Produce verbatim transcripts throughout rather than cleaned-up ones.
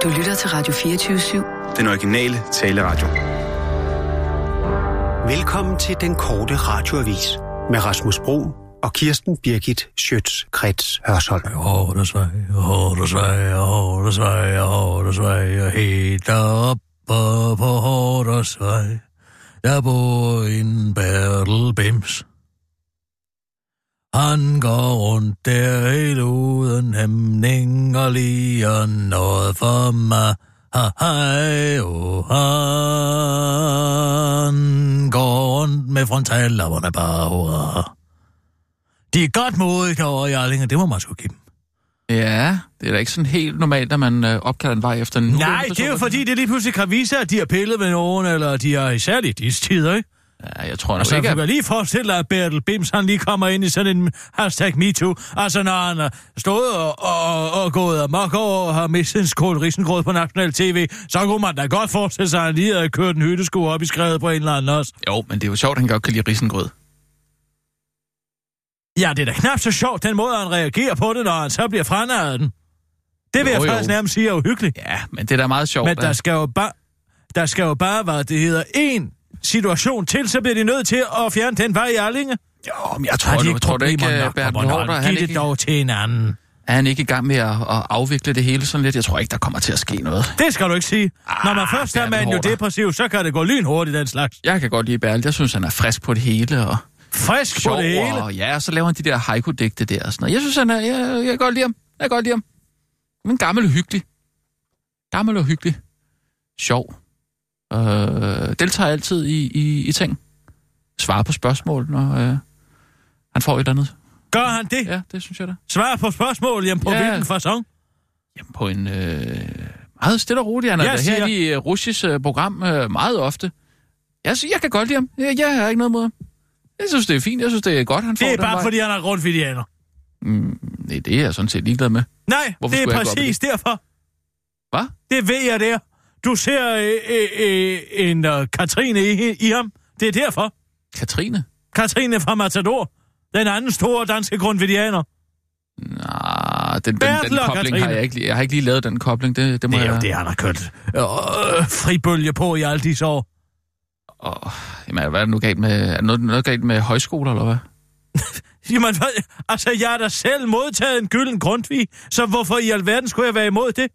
Du lytter til Radio fireogtyve syv. Den originale taleradio. Velkommen til den korte radioavis med Rasmus Bro og Kirsten Birgit Schøtz-Krets Hørsholm. Hårdesvej, Hårdesvej, Hårdesvej, Hårdesvej, helt op på Hårdesvej. Der bor en Bertel Bims. Han går rundt der helt uden hæmning og lige noget for mig. Hej, oh, han går rundt med frontallapperne bare. Oh. De er godt modigt over Jarlinge, det må man sgu give dem. Ja, det er da ikke sådan helt normalt, at man øh, opkalder en vej efter en... Nej, det er jo fordi, det lige pludselig kan vise, at de har pillet med nogen, eller de har især i disse tider, ikke? Ja, jeg tror nok altså, ikke, at... Altså, lige forestille dig, at Bertel Bims, han lige kommer ind i sådan en hashtag MeToo. Altså, når han har stået og, og, og gået amok over og har mistet en skål risengrød på national tv, så kunne man da godt forestille sig, at han lige havde kørt en hyttesko op i skrevet på en eller anden også. Jo, men det er jo sjovt, at han godt kan lide risengrød. Ja, det er da knap så sjovt, den måde, han reagerer på det, når han så bliver franarret den. Det vil jo, jeg faktisk jo. nærmest sige er uhyggeligt. Ja, men det er da meget sjovt. Men der skal jo bare, der skal jo bare, hvad det hedder, en situation til, så bliver de nødt til at fjerne den vej i Jarlinge. Jo, men jeg tror, du, tror du ikke, at Bertel Haarder... Giv det ikke... dog til en anden. Er han ikke i gang med at, at afvikle det hele sådan lidt? Jeg tror ikke, der kommer til at ske noget. Det skal du ikke sige. Ah, når man først er man jo depressiv, så kan det gå lynhurtigt, den slags. Jeg kan godt lide Bertel. Jeg synes, han er frisk på det hele, og... Frisk sjov, på det hele? Og, ja, og så laver han de der haiku-digte der og sådan noget. Jeg synes, han er... Jeg, jeg kan godt lide ham. Jeg kan godt lide ham. Men gammel og hyggelig. Gammel og hyggelig. Sjov. Øh, deltager altid i, i, i ting. Svarer på spørgsmål, når øh, han får et eller andet. Gør han det? Ja, det synes jeg da. Svarer på spørgsmål, jamen på ja. hvilken facon? Jamen på en øh, meget stille og rolig. Han er siger... her i uh, Russisk uh, program uh, meget ofte. Jeg, jeg kan godt lide ham. Jeg, jeg har ikke noget mod ham. Jeg synes, det er fint. Jeg synes, det er godt, han får. Det er den bare, vej. Fordi han er grundvidianer. Mm, nej, det er jeg sådan set ligeglad med. Nej, Hvorfor det er præcis det? derfor. Hvad? Det ved jeg der. Du ser øh, øh, en uh, Katrine i, i ham. Det er derfor. Katrine? Katrine fra Matador. Den anden store danske grundvidianer. Nej, den, den, den kobling har jeg ikke. Jeg har ikke lige lavet den kobling. Det, det, må det er jeg... jo det, han har kørt øh, fribølge på i alle disse år. Oh, jamen, hvad er der nu galt med... Er der noget, noget galt med højskoler, eller hvad? Jamen, hvad? Altså, jeg har da selv modtaget en gylden Grundtvig, så hvorfor i alverden skulle jeg være imod det?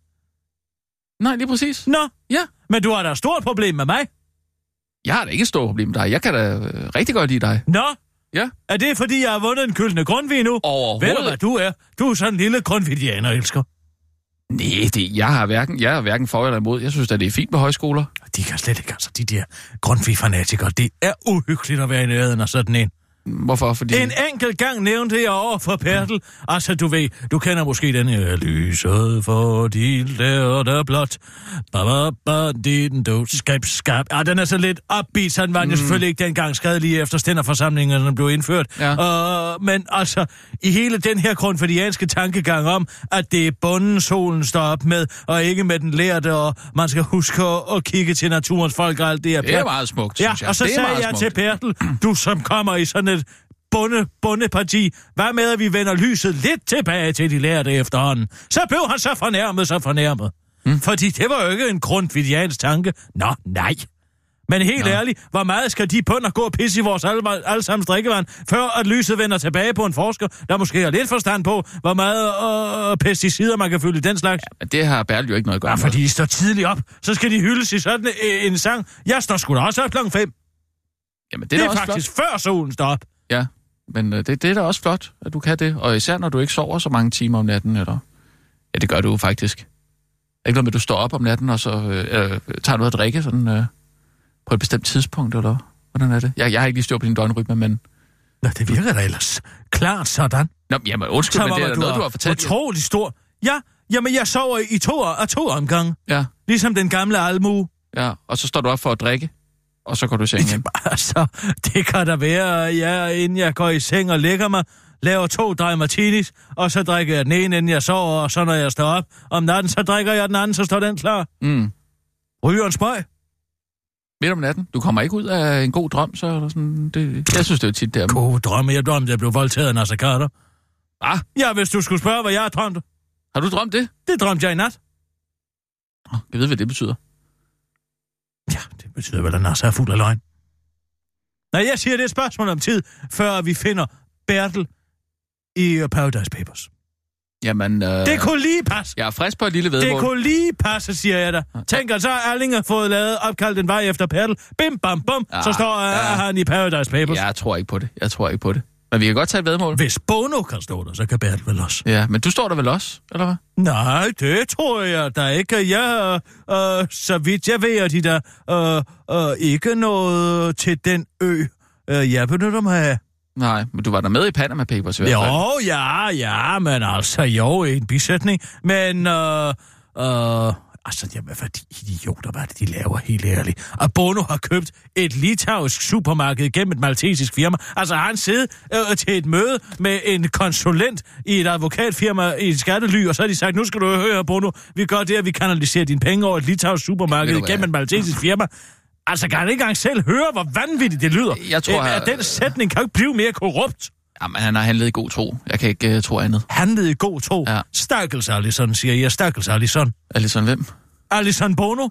Nej, lige præcis. Nå, ja. Men du har da et stort problem med mig. Jeg har da ikke et stort problem med dig. Jeg kan da øh, rigtig godt lide dig. Nå? Ja. Er det, fordi jeg har vundet en gyldne Grundtvig nu? Overhovedet. Ved du, hvad du er? Du er sådan en lille grundvidianer, elsker. Nej, det, jeg har hverken, jeg er hverken for eller imod. Jeg synes at det er fint med højskoler. De kan slet ikke, altså de der Grundtvig-fanatikere. Det er uhyggeligt at være i nærheden af sådan en. Hvorfor? Fordi... En enkelt gang nævnte jeg over for Bertel. Altså, du ved, du kender måske den her lyset for de der der blot. Ba-ba-ba, din du skab, skab. Ja, den er så lidt upbeat, så den var mm. jo selvfølgelig ikke dengang skrevet lige efter stænderforsamlingen, den blev indført. Ja. Uh, men altså, i hele den her grundvidianske tankegang om, at det er bunden solen står op med, og ikke med den lærte, og man skal huske at, at kigge til naturens folk og alt det her. Det er meget smukt, ja, synes jeg. Og så det sagde jeg smukt. til Bertel, du som kommer i sådan et bunde, bundeparti. Hvad med, at vi vender lyset lidt tilbage til de lærte efterhånden? Så blev han så fornærmet, så fornærmet. Mm. Fordi det var jo ikke en grundvidiansk tanke. Nå, nej. Men helt Nå. ærligt, hvor meget skal de bønder gå og pisse i vores alle, allesammens drikkevand, før at lyset vender tilbage på en forsker, der måske har lidt forstand på, hvor meget øh, pesticider man kan fylde i den slags? Ja, men det har Bertel jo ikke noget at gøre ja, med. fordi de står tidligt op, så skal de hyldes i sådan en, en sang. Jeg står sgu da også op klokken fem. Jamen, det, det er, er også faktisk flot. Før solen står op. Ja, men det, det er da også flot, at du kan det. Og især når du ikke sover så mange timer om natten, eller... Ja, det gør du faktisk. Ikke noget med, at du står op om natten, og så øh, øh, tager noget at drikke sådan, øh, på et bestemt tidspunkt, eller hvordan er det? Jeg, jeg har ikke lige styr på din døgnrytme, men... Nå, det virker da ellers klart sådan. Nå, jamen undskyld, men det er noget, du har fortalt. Utrolig stor. Ja, jamen jeg sover i to, og to omgange. Ja. Ligesom den gamle almue. Ja, og så står du op for at drikke. Og så går du i seng hjem. Altså, det kan da være, ja, inden jeg går i seng og lægger mig, laver to drej martinis, og så drikker jeg den ene, inden jeg sover, og så når jeg står op om natten, så drikker jeg den anden, så står den klar. Mm. Ryger en spøg. Midt om natten. Du kommer ikke ud af en god drøm, så eller sådan. Det, jeg synes, det er tit der. God drøm. Jeg drømte, jeg blev voldtaget af Nasser Carter. Ah? Ja, hvis du skulle spørge, hvad jeg har drømt. Har du drømt det? Det drømte jeg i nat. Jeg ved, hvad det betyder. Ja, det betyder vel, at Nasser er fuld af løgn. Nej, jeg siger, det er et spørgsmål om tid, før vi finder Bertel i Paradise Papers. Jamen, øh... Det kunne lige passe. Jeg er frisk på et lille vedmål. Det kunne lige passe, siger jeg da. Tænk, at så har Erling har fået lavet opkaldt en vej efter Bertel. Bim, bam, bum. Ja, så står ja. han i Paradise Papers. Jeg tror ikke på det. Jeg tror ikke på det. Men vi kan godt tage et vedmål. Hvis Bono kan stå der, så kan Bertel vel også. Ja, men du står der vel også, eller hvad? Nej, det tror jeg da ikke. Jeg, øh, så vidt jeg ved, at de der øh, øh, ikke noget til den ø, øh, jeg benytter mig af. Nej, men du var der med i Panama Papers i hvert fald. Jo, ja, ja, men altså, jo, en bisætning. Men, øh, øh, altså, jamen, hvad de idioter, hvad det, de laver, helt ærligt. Og Bono har købt et litauisk supermarked gennem et maltesisk firma. Altså, han sidder øh, til et møde med en konsulent i et advokatfirma i et skattely, og så har de sagt, nu skal du høre, Bono, vi gør det, at vi kanaliserer dine penge over et litauisk supermarked ja, gennem et maltesisk firma. Altså, kan han ikke engang selv høre, hvor vanvittigt det lyder? Jeg tror, at den sætning kan jo ikke blive mere korrupt. Jamen, han har handlet i god tro. Jeg kan ikke uh, tro andet. Handlet i god tro? Ja. Stakkels Allison, siger jeg. Stakkels Allison. Allison hvem? Allison Bono.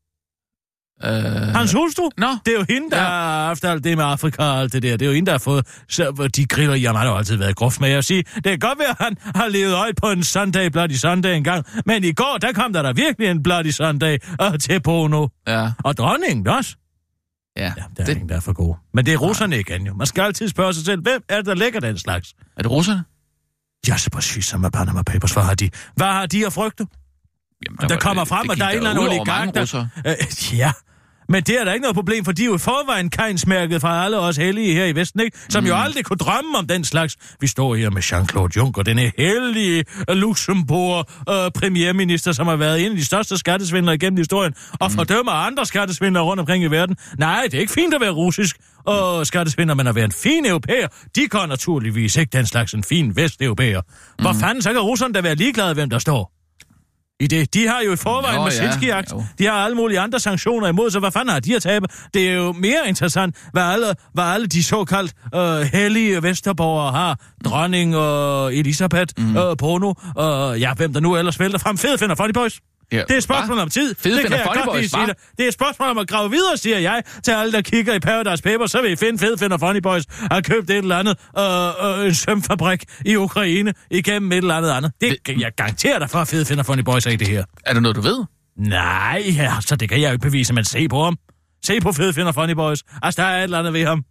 Uh... Hans hustru? No. Det er jo hende, der ja. har haft alt det med Afrika og alt det der. Det er jo hende, der har fået så, de griller. Jamen, han har jo altid været groft med at sige. Det kan godt være, at han har levet øjet på en Sunday, Bloody Sunday engang. Men i går, der kom der, der virkelig en Bloody Sunday uh, til Bono. Ja. Og dronningen også. Ja, ja der er det... ingen, der er for god. Men det er russerne igen jo. Man skal altid spørge sig selv, hvem er det, der lægger den slags? Er det russerne? Ja, så præcis som med Panama Papers. Hvad har de? Hvad har de at frygte? Jamen, der, der kommer frem, at der er en eller anden oligark, der... Øh, ja, men det er der ikke noget problem, for de er jo i forvejen kejnsmærket fra alle os hellige her i Vesten, ikke? Som mm. jo aldrig kunne drømme om den slags. Vi står her med Jean-Claude Juncker, den er hellige Luxembourg-premierminister, øh, som har været en af de største skattesvindlere igennem historien, og mm. fordømmer andre skattesvindlere rundt omkring i verden. Nej, det er ikke fint at være russisk og skattesvindler, men at være en fin europæer, de kan naturligvis ikke den slags en fin vesteuropæer. Mm. Hvor fanden så kan russerne da være ligeglade, hvem der står? I det. De har jo i forvejen med Sinski-akt. Ja, de har alle mulige andre sanktioner imod, så hvad fanden har de at tabe? Det er jo mere interessant, hvad alle, hvad alle de såkaldt øh, hellige Vesterborgere har. Dronning og Elisabeth, mm. øh, Bono, og øh, ja, hvem der nu ellers vælter frem. Fed finder Funny Boys. Ja, det er et spørgsmål hva? om tid. Fed det finder Funny Boys, det. det er et spørgsmål om at grave videre, siger jeg, til alle, der kigger i Paradise Papers. Så vil I finde Fed finder Funny Boys har købt et eller andet øh, øh, en sømfabrik i Ukraine igennem et eller andet andet. Det kan jeg garantere dig for, at Fed finder Funny Boys af det her. Er det noget, du ved? Nej, ja, så det kan jeg jo ikke bevise, men se på ham. Se på Fed finder Funny Boys. Altså, der er et eller andet ved ham.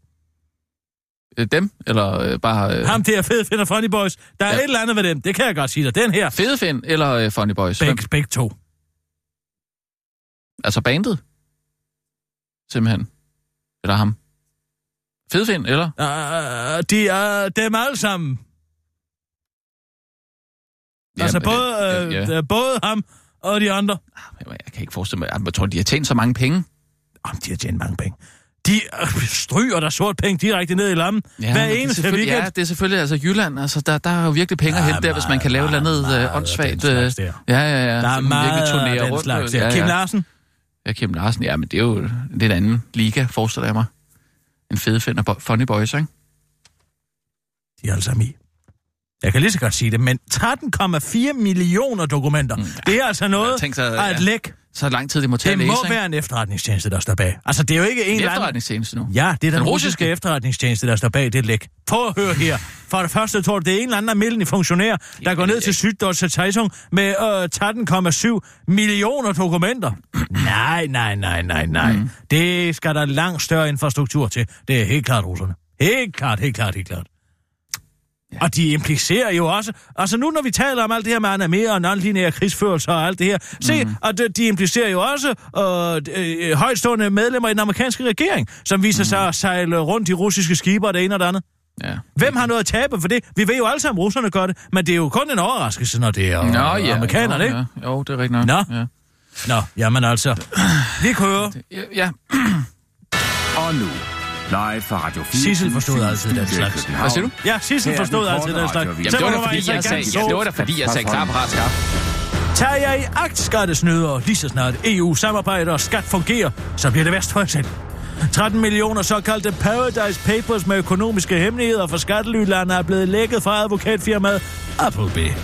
Dem? Eller øh, bare... Øh... Ham der, Fed finder Funny Boys. Der er ja. et eller andet ved dem. Det kan jeg godt sige dig. Den her. Fedfind eller øh, Funny Boys? Begge, begge to. Altså bandet? Simpelthen. Eller ham? Fedfind, eller? Uh, de er uh, dem alle sammen. Ja, altså både, øh, ja, ja. både ham og de andre. Jeg kan ikke forestille mig, jeg tror, de har tjent så mange penge. Om de har tjent mange penge. De øh, stryger der sort penge direkte ned i lammen. Ja, hver eneste weekend. Ja, det er selvfølgelig altså Jylland. Altså, der, der er jo virkelig penge ja, at hente der, hvis man kan lave et eller andet øh, åndssvagt. Øh, ja, ja, ja. Der er meget af den rundt, slags. Ja, ja. Kim Larsen? Ja, Kim Larsen. Ja, men det er jo en lidt anden liga, forestiller jeg mig. En fed find af Funny Boys, ikke? De er alle sammen i. Jeg kan lige så godt sige det, men tretten komma fire millioner dokumenter. Mm, ja. Det er altså noget så, af et ja. læk. Så lang tid det må tage Det at læse, må være en efterretningstjeneste, der står bag. Altså, det er jo ikke en, en eller anden... efterretningstjeneste nu? Ja, det er den, den russiske efterretningstjeneste, der står bag det læk. Prøv at høre her. For det første, tror du, det er en eller anden almindelig funktionær, der går ned til Süddeutsche Zeitung med øh, tretten komma syv millioner dokumenter. nej, nej, nej, nej, nej. Mm. Det skal der langt større infrastruktur til. Det er helt klart russerne. Helt klart, helt klart, helt klart. Ja. Og de implicerer jo også, altså nu når vi taler om alt det her med anarmere og non-lineære krigsførelser og alt det her, mm. se, og de, de implicerer jo også øh, øh, højtstående medlemmer i den amerikanske regering, som viser mm. sig at sejle rundt i russiske skibe og det ene og det andet. Ja. Hvem har noget at tabe for det? Vi ved jo alle sammen, at russerne gør det, men det er jo kun en overraskelse, når det er Nå, ja, amerikanerne, ikke? Ja. Jo, det er rigtigt nok. Nå, ja. Nå jamen altså, vi kører. Ja. ja. Og nu... Live fra Radio fire. Sissel forstod altid den slags. Hvad siger du? Ja, Sissel forstod altid den slags. Jamen, det var da fordi, jeg sagde, ja, det var da fordi, jeg sagde klar, parat, skarp. Tag jeg i agt, skattesnyder. Lige så snart E U-samarbejder og skat fungerer, så bliver det værst for eksempel. tretten millioner såkaldte Paradise Papers med økonomiske hemmeligheder for skattelylande er blevet lækket fra advokatfirmaet Appleby.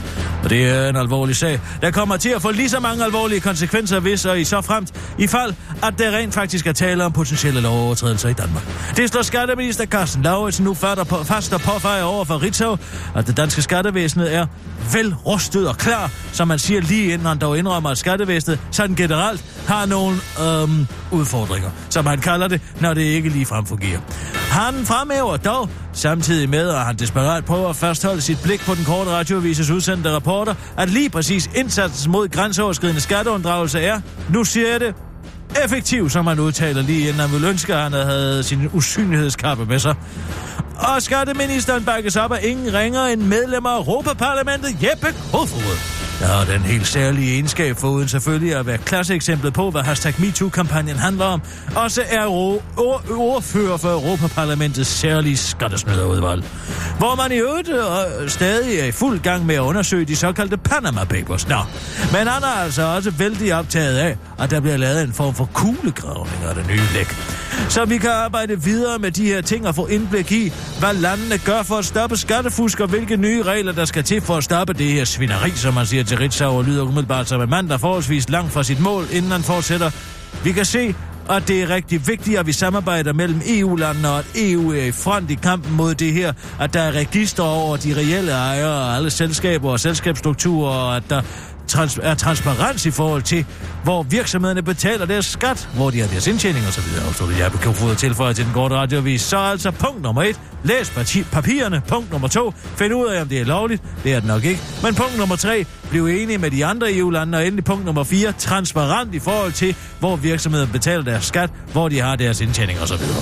Og det er en alvorlig sag, der kommer til at få lige så mange alvorlige konsekvenser, hvis og i så fremt, i fald, at der rent faktisk er tale om potentielle lovovertrædelser i Danmark. Det slår skatteminister Carsten Lauritsen nu på, fast og påfejer over for Ritzau, at det danske skattevæsenet er vel rustet og klar, som man siger lige inden han dog indrømmer, at skattevæsenet sådan generelt har nogle øhm, udfordringer, som han kalder det, når det ikke ligefrem fungerer. Han fremhæver dog, samtidig med, at han desperat prøver at fastholde sit blik på den korte radioavises udsendte rapporter, at lige præcis indsatsen mod grænseoverskridende skatteunddragelse er, nu siger jeg det, effektiv, som han udtaler lige inden han ville ønske, at han havde sin usynlighedskappe med sig. Og skatteministeren bakkes op af ingen ringer end medlemmer af Europaparlamentet, Jeppe Kofod. Der har den helt særlige egenskab foruden selvfølgelig at være klasseeksemplet på, hvad hashtag MeToo-kampagnen handler om, også er ordfører for Europaparlamentets særlige skattesnyderudvalg, hvor man i øvrigt øh, stadig er i fuld gang med at undersøge de såkaldte Panama Papers. Nå, men han er altså også vældig optaget af, at der bliver lavet en form for kuglegravning af det nye læk. Så vi kan arbejde videre med de her ting og få indblik i, hvad landene gør for at stoppe skattefusk, og hvilke nye regler, der skal til for at stoppe det her svineri, som man siger til Ritzau, og lyder umiddelbart som en mand, der forholdsvis langt fra sit mål, inden han fortsætter. Vi kan se, at det er rigtig vigtigt, at vi samarbejder mellem E U-landene, og at E U er i front i kampen mod det her, at der er register over de reelle ejere og alle selskaber og selskabsstrukturer, og at der Trans- er transparens i forhold til, hvor virksomhederne betaler deres skat, hvor de har deres indtjening og så videre. Og så vil jeg få tilføje til den korte radioavis. Så altså punkt nummer et, læs parti- papirerne. Punkt nummer to, find ud af, om det er lovligt. Det er det nok ikke. Men punkt nummer tre, bliv enige med de andre E U-lande. Og endelig punkt nummer fire, transparent i forhold til, hvor virksomhederne betaler deres skat, hvor de har deres indtjening og så videre.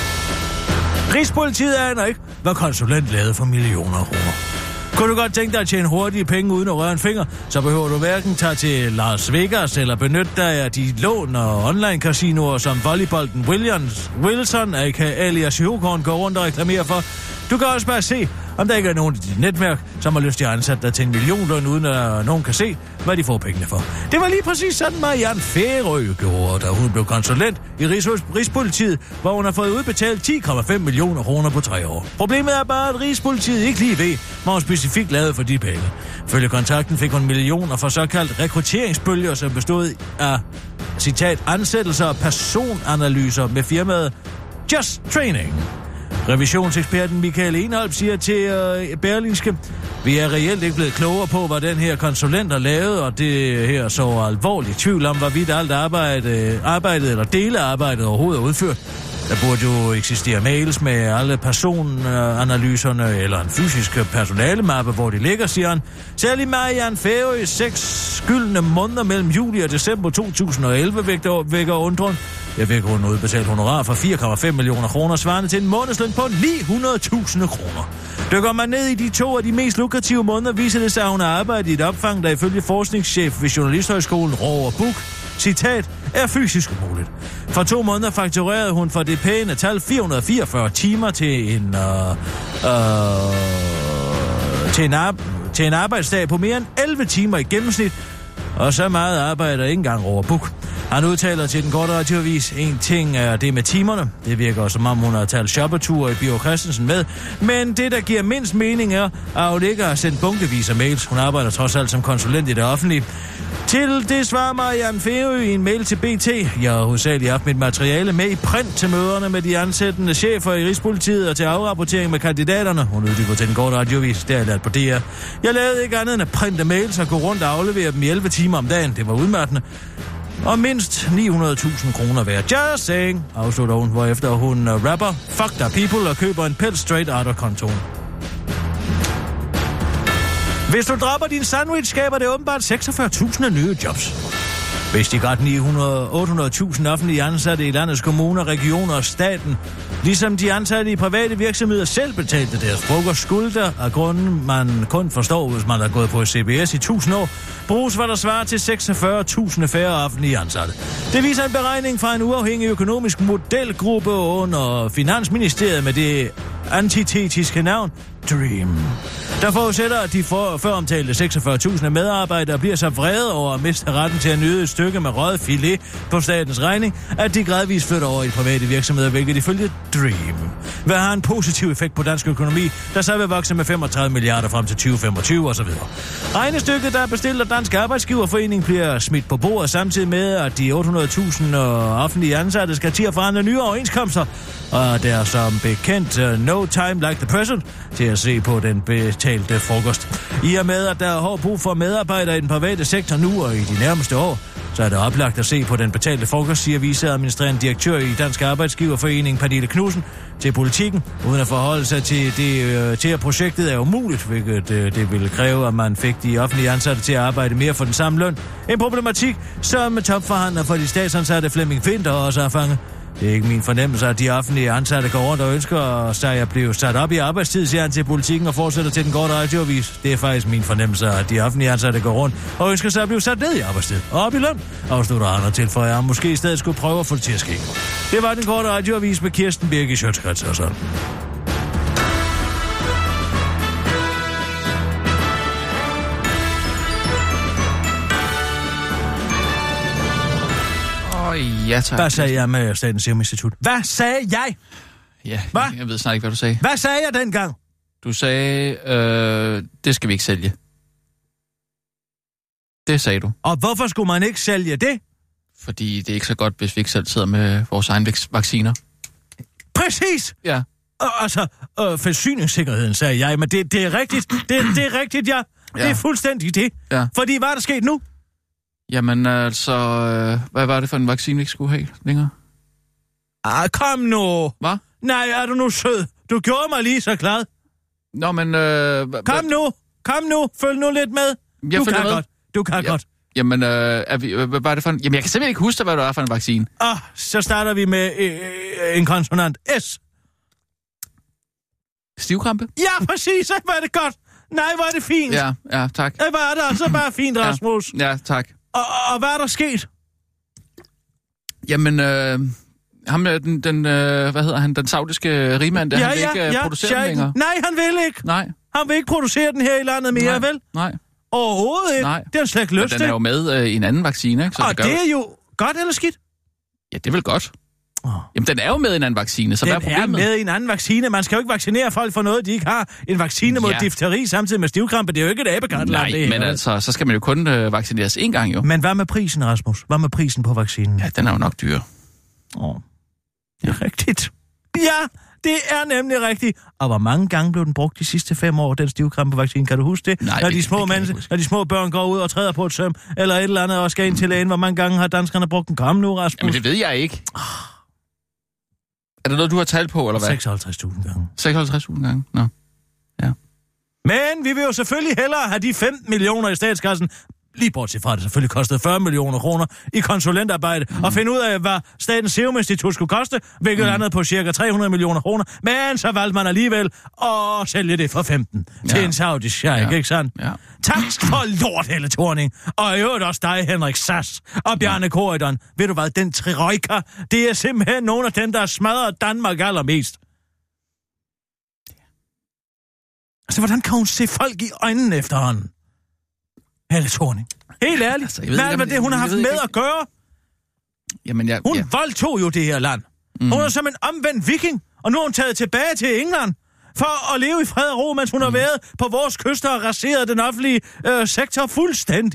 Rigspolitiet aner ikke, hvad konsulent lavede for millioner af kroner. Kunne du godt tænke dig at tjene hurtige penge uden at røre en finger, så behøver du hverken tage til Las Vegas eller benytte dig af de lån og online-casinoer, som volleybolden Williams, Wilson, aka alias Jokorn, går rundt og reklamerer for. Du kan også bare se, om der ikke er nogen i dit netværk, som har lyst til at ansætte dig til en millionløn, uden at nogen kan se, hvad de får pengene for. Det var lige præcis sådan, Marianne Færø gjorde, da hun blev konsulent i Rigspolitiet, hvor hun har fået udbetalt ti komma fem millioner kroner på tre år. Problemet er bare, at Rigspolitiet ikke lige ved, hvad hun specifikt lavede for de penge. Følge kontrakten fik hun millioner for såkaldt rekrutteringsbølger, som bestod af, citat, ansættelser og personanalyser med firmaet Just Training. Revisionseksperten Michael Enholm siger til øh, Berlingske, vi er reelt ikke blevet klogere på, hvad den her konsulent har lavet, og det her så alvorligt tvivl om, hvorvidt alt arbejde, arbejdet eller dele af arbejdet overhovedet er udført. Der burde jo eksistere mails med alle personanalyserne eller en fysisk personalemappe, hvor de ligger, siger han. Særlig Marianne Færøs seks gyldne måneder mellem juli og december to tusind og elleve vækker, vækker undren. Jeg fik hun udbetalt honorar for fire komma fem millioner kroner, svarende til en månedsløn på ni hundrede tusind kroner. Dykker man ned i de to af de mest lukrative måneder, viser det sig, at hun har arbejdet i et opfang, der ifølge forskningschef ved Journalisthøjskolen Roar Buch, citat, er fysisk umuligt. For to måneder fakturerede hun for det pæne tal fire hundrede fireogfyrre timer til en, øh, øh, til, en ar- til en arbejdsdag på mere end elleve timer i gennemsnit, og så meget arbejder ikke engang Roar Buch. Han udtaler til den korte radioavis, en ting er det med timerne. Det virker som om hun har talt shopperture i Bio Christensen med. Men det, der giver mindst mening, er, at hun ikke har sendt bunkevis af mails. Hun arbejder trods alt som konsulent i det offentlige. Til det svarer Marianne Færø i en mail til B T. Jeg har hovedsageligt haft mit materiale med i print til møderne med de ansættende chefer i Rigspolitiet og til afrapportering med kandidaterne. Hun uddyber til den korte radioavis. Det er lært på D R. Jeg lavede ikke andet end at printe mails og gå rundt og aflevere dem i elleve timer om dagen. Det var udmattende. Og mindst ni hundrede tusind kroner værd. Just saying, afslutter hun, hvorefter hun uh, rapper Fuck the people og køber en pels straight out af kontoen. Hvis du dropper din sandwich, skaber det åbenbart seksogfyrre tusind nye jobs. Hvis de godt ni hundrede til otte hundrede tusind offentlige ansatte i landets kommuner, regioner og staten, ligesom de ansatte i private virksomheder selv betalte deres frokost, skulle der, af grunden man kun forstår, hvis man har gået på C B S i tusind år, bruges hvad der svarer til seksogfyrre tusind færre offentlige ansatte. Det viser en beregning fra en uafhængig økonomisk modelgruppe under Finansministeriet med det antitetiske navn Dream. Der forudsætter, at de for, føromtalte seksogfyrre tusind medarbejdere bliver så vrede over at miste retten til at nyde et stykke med røget filet på statens regning, at de gradvist flytter over i private virksomheder, hvilket ifølge Dream vil have en positiv effekt på dansk økonomi, der så vil vokse med femogtredive milliarder frem til tyve femogtyve osv. Regnestykket, der er bestilt af Dansk Arbejdsgiverforening, bliver smidt på bordet samtidig med, at de otte hundrede tusind offentlige ansatte skal til at forhandle nye overenskomster, og der er som bekendt uh, no time like the present til at se på den betalte frokost. I og med, at der er hård brug for medarbejdere i den private sektor nu og i de nærmeste år, så er det oplagt at se på den betalte frokost, siger viceadministrerende direktør i Dansk Arbejdsgiverforening, Pernille Knudsen, til Politikken, uden at forholde sig til, det, øh, til at projektet er umuligt, hvilket øh, det ville kræve, at man fik de offentlige ansatte til at arbejde mere for den samme løn. En problematik, som topforhandler for de statsansatte Flemming Winther også har fanget. Det er ikke min fornemmelse, at de offentlige ansatte går rundt og ønsker sig at blive sat op i arbejdstid, siger han til Politikken og fortsætter til den korte radioavis. Det er faktisk min fornemmelse, at de offentlige ansatte går rundt og ønsker sig at blive sat ned i arbejdstid og op i løn. Afslutter andre tilføjer, at måske i stedet skulle prøve at få det til at ske. Det var den korte radioavis med Kirsten Birgit Schøtz-Krets og sådan. Ja, tak. Hvad sagde jeg med Statens Serum Institut? Hvad sagde jeg? Ja, Hva? jeg, jeg ved snart ikke, hvad du sagde. Hvad sagde jeg dengang? Du sagde, øh, det skal vi ikke sælge. Det sagde du. Og hvorfor skulle man ikke sælge det? Fordi det er ikke så godt, hvis vi ikke selv sidder med vores egne vacciner. Præcis! Ja. Og, altså, øh, forsyningssikkerheden, sagde jeg, men det, det er rigtigt. Det, det er rigtigt, ja. ja. Det er fuldstændig det. Ja. Fordi hvad er der sket nu? Jamen altså, øh, hvad var det for en vaccine, vi ikke skulle have længere? Ah, kom nu. Hvad? Nej, er du nu sød? Du gjorde mig lige så glad. Nå, men... Øh, kom nu. Kom nu. Følg nu lidt med. Jeg du kan med. godt. Du kan ja. godt. Jamen, øh, er vi, hvad var det for en... Jamen, jeg kan simpelthen ikke huske, hvad det var for en vaccine. Ah, så starter vi med øh, en konsonant. S. Stivkrampe? Ja, præcis. Så var det godt. Nej, hvor er det fint. Ja, ja, tak. Det var det altså bare fint, Rasmus. Ja, ja tak. Og, og hvad er der sket? Jamen, øh, ham, den, den, øh, hvad hedder han, den saudiske rigmand, der ja, han vil ja, ikke ja, producere den længere. Nej, han vil ikke. Nej. Han vil ikke producere den her i landet mere, nej, vel? Nej. Overhovedet ikke. Nej. Det er han slet ikke lyst til. Den er jo med øh, i en anden vaccine, ikke? Så og det, gør det er jo godt eller skidt? Ja, det er vel godt. Oh. Jamen, den er jo med i en anden vaccine, så den hvad er problemet? Den er med i en anden vaccine. Man skal jo ikke vaccinere folk for noget, de ikke har. En vaccine mod ja. difteri samtidig med stivkrampe, det er jo ikke et æbekart. Nej, det, men altså, så skal man jo kun øh, vaccineres én gang, jo. Men hvad med prisen, Rasmus? Hvad med prisen på vaccinen? Ja, den er jo nok dyr. Åh, oh. det er rigtigt. Ja, det er nemlig rigtigt. Og hvor mange gange blev den brugt de sidste fem år, den stivkrampevaccine? Kan du huske det? Nej, når de det, små det mennesker, når de små børn går ud og træder på et søm, eller et eller andet, og skal ind til lægen, hvor mange gange har danskerne brugt den? Kom nu, Rasmus. Jamen, det ved jeg ikke. Er det noget, du har talt på, eller hvad? seksoghalvtreds tusind gange. seksoghalvtreds tusind gange? Nå. Ja. Men vi vil jo selvfølgelig hellere have de femten millioner i statskassen, lige bortset fra, det selvfølgelig kostede fyrre millioner kroner i konsulentarbejde, mm. og finde ud af, hvad Statens Serum Institut skulle koste, hvilket mm. andet på cirka tre hundrede millioner kroner. Men så valgte man alligevel at sælge det for femten ja. til en saudisk sheik, ja. ikke sandt? Ja. Tak for lort, Helle Thorning. Og i øvrigt også dig, Henrik Sass og Bjarne ja. Corydon. Ved du hvad, den trojka, det er simpelthen nogle af dem, der smadrer Danmark allermest. Altså, hvordan kan hun se folk i øjnene efterhånden? Helle Thorning. Helt ærligt. Altså, hvad er det, det, hun har haft med ikke. at gøre? Jamen, jeg, hun ja. voldtog jo det her land. Mm. Hun er som en omvendt viking, og nu er hun taget tilbage til England for at leve i fred og ro, mens hun mm. har været på vores kyster og raseret den offentlige øh, sektor fuldstændig.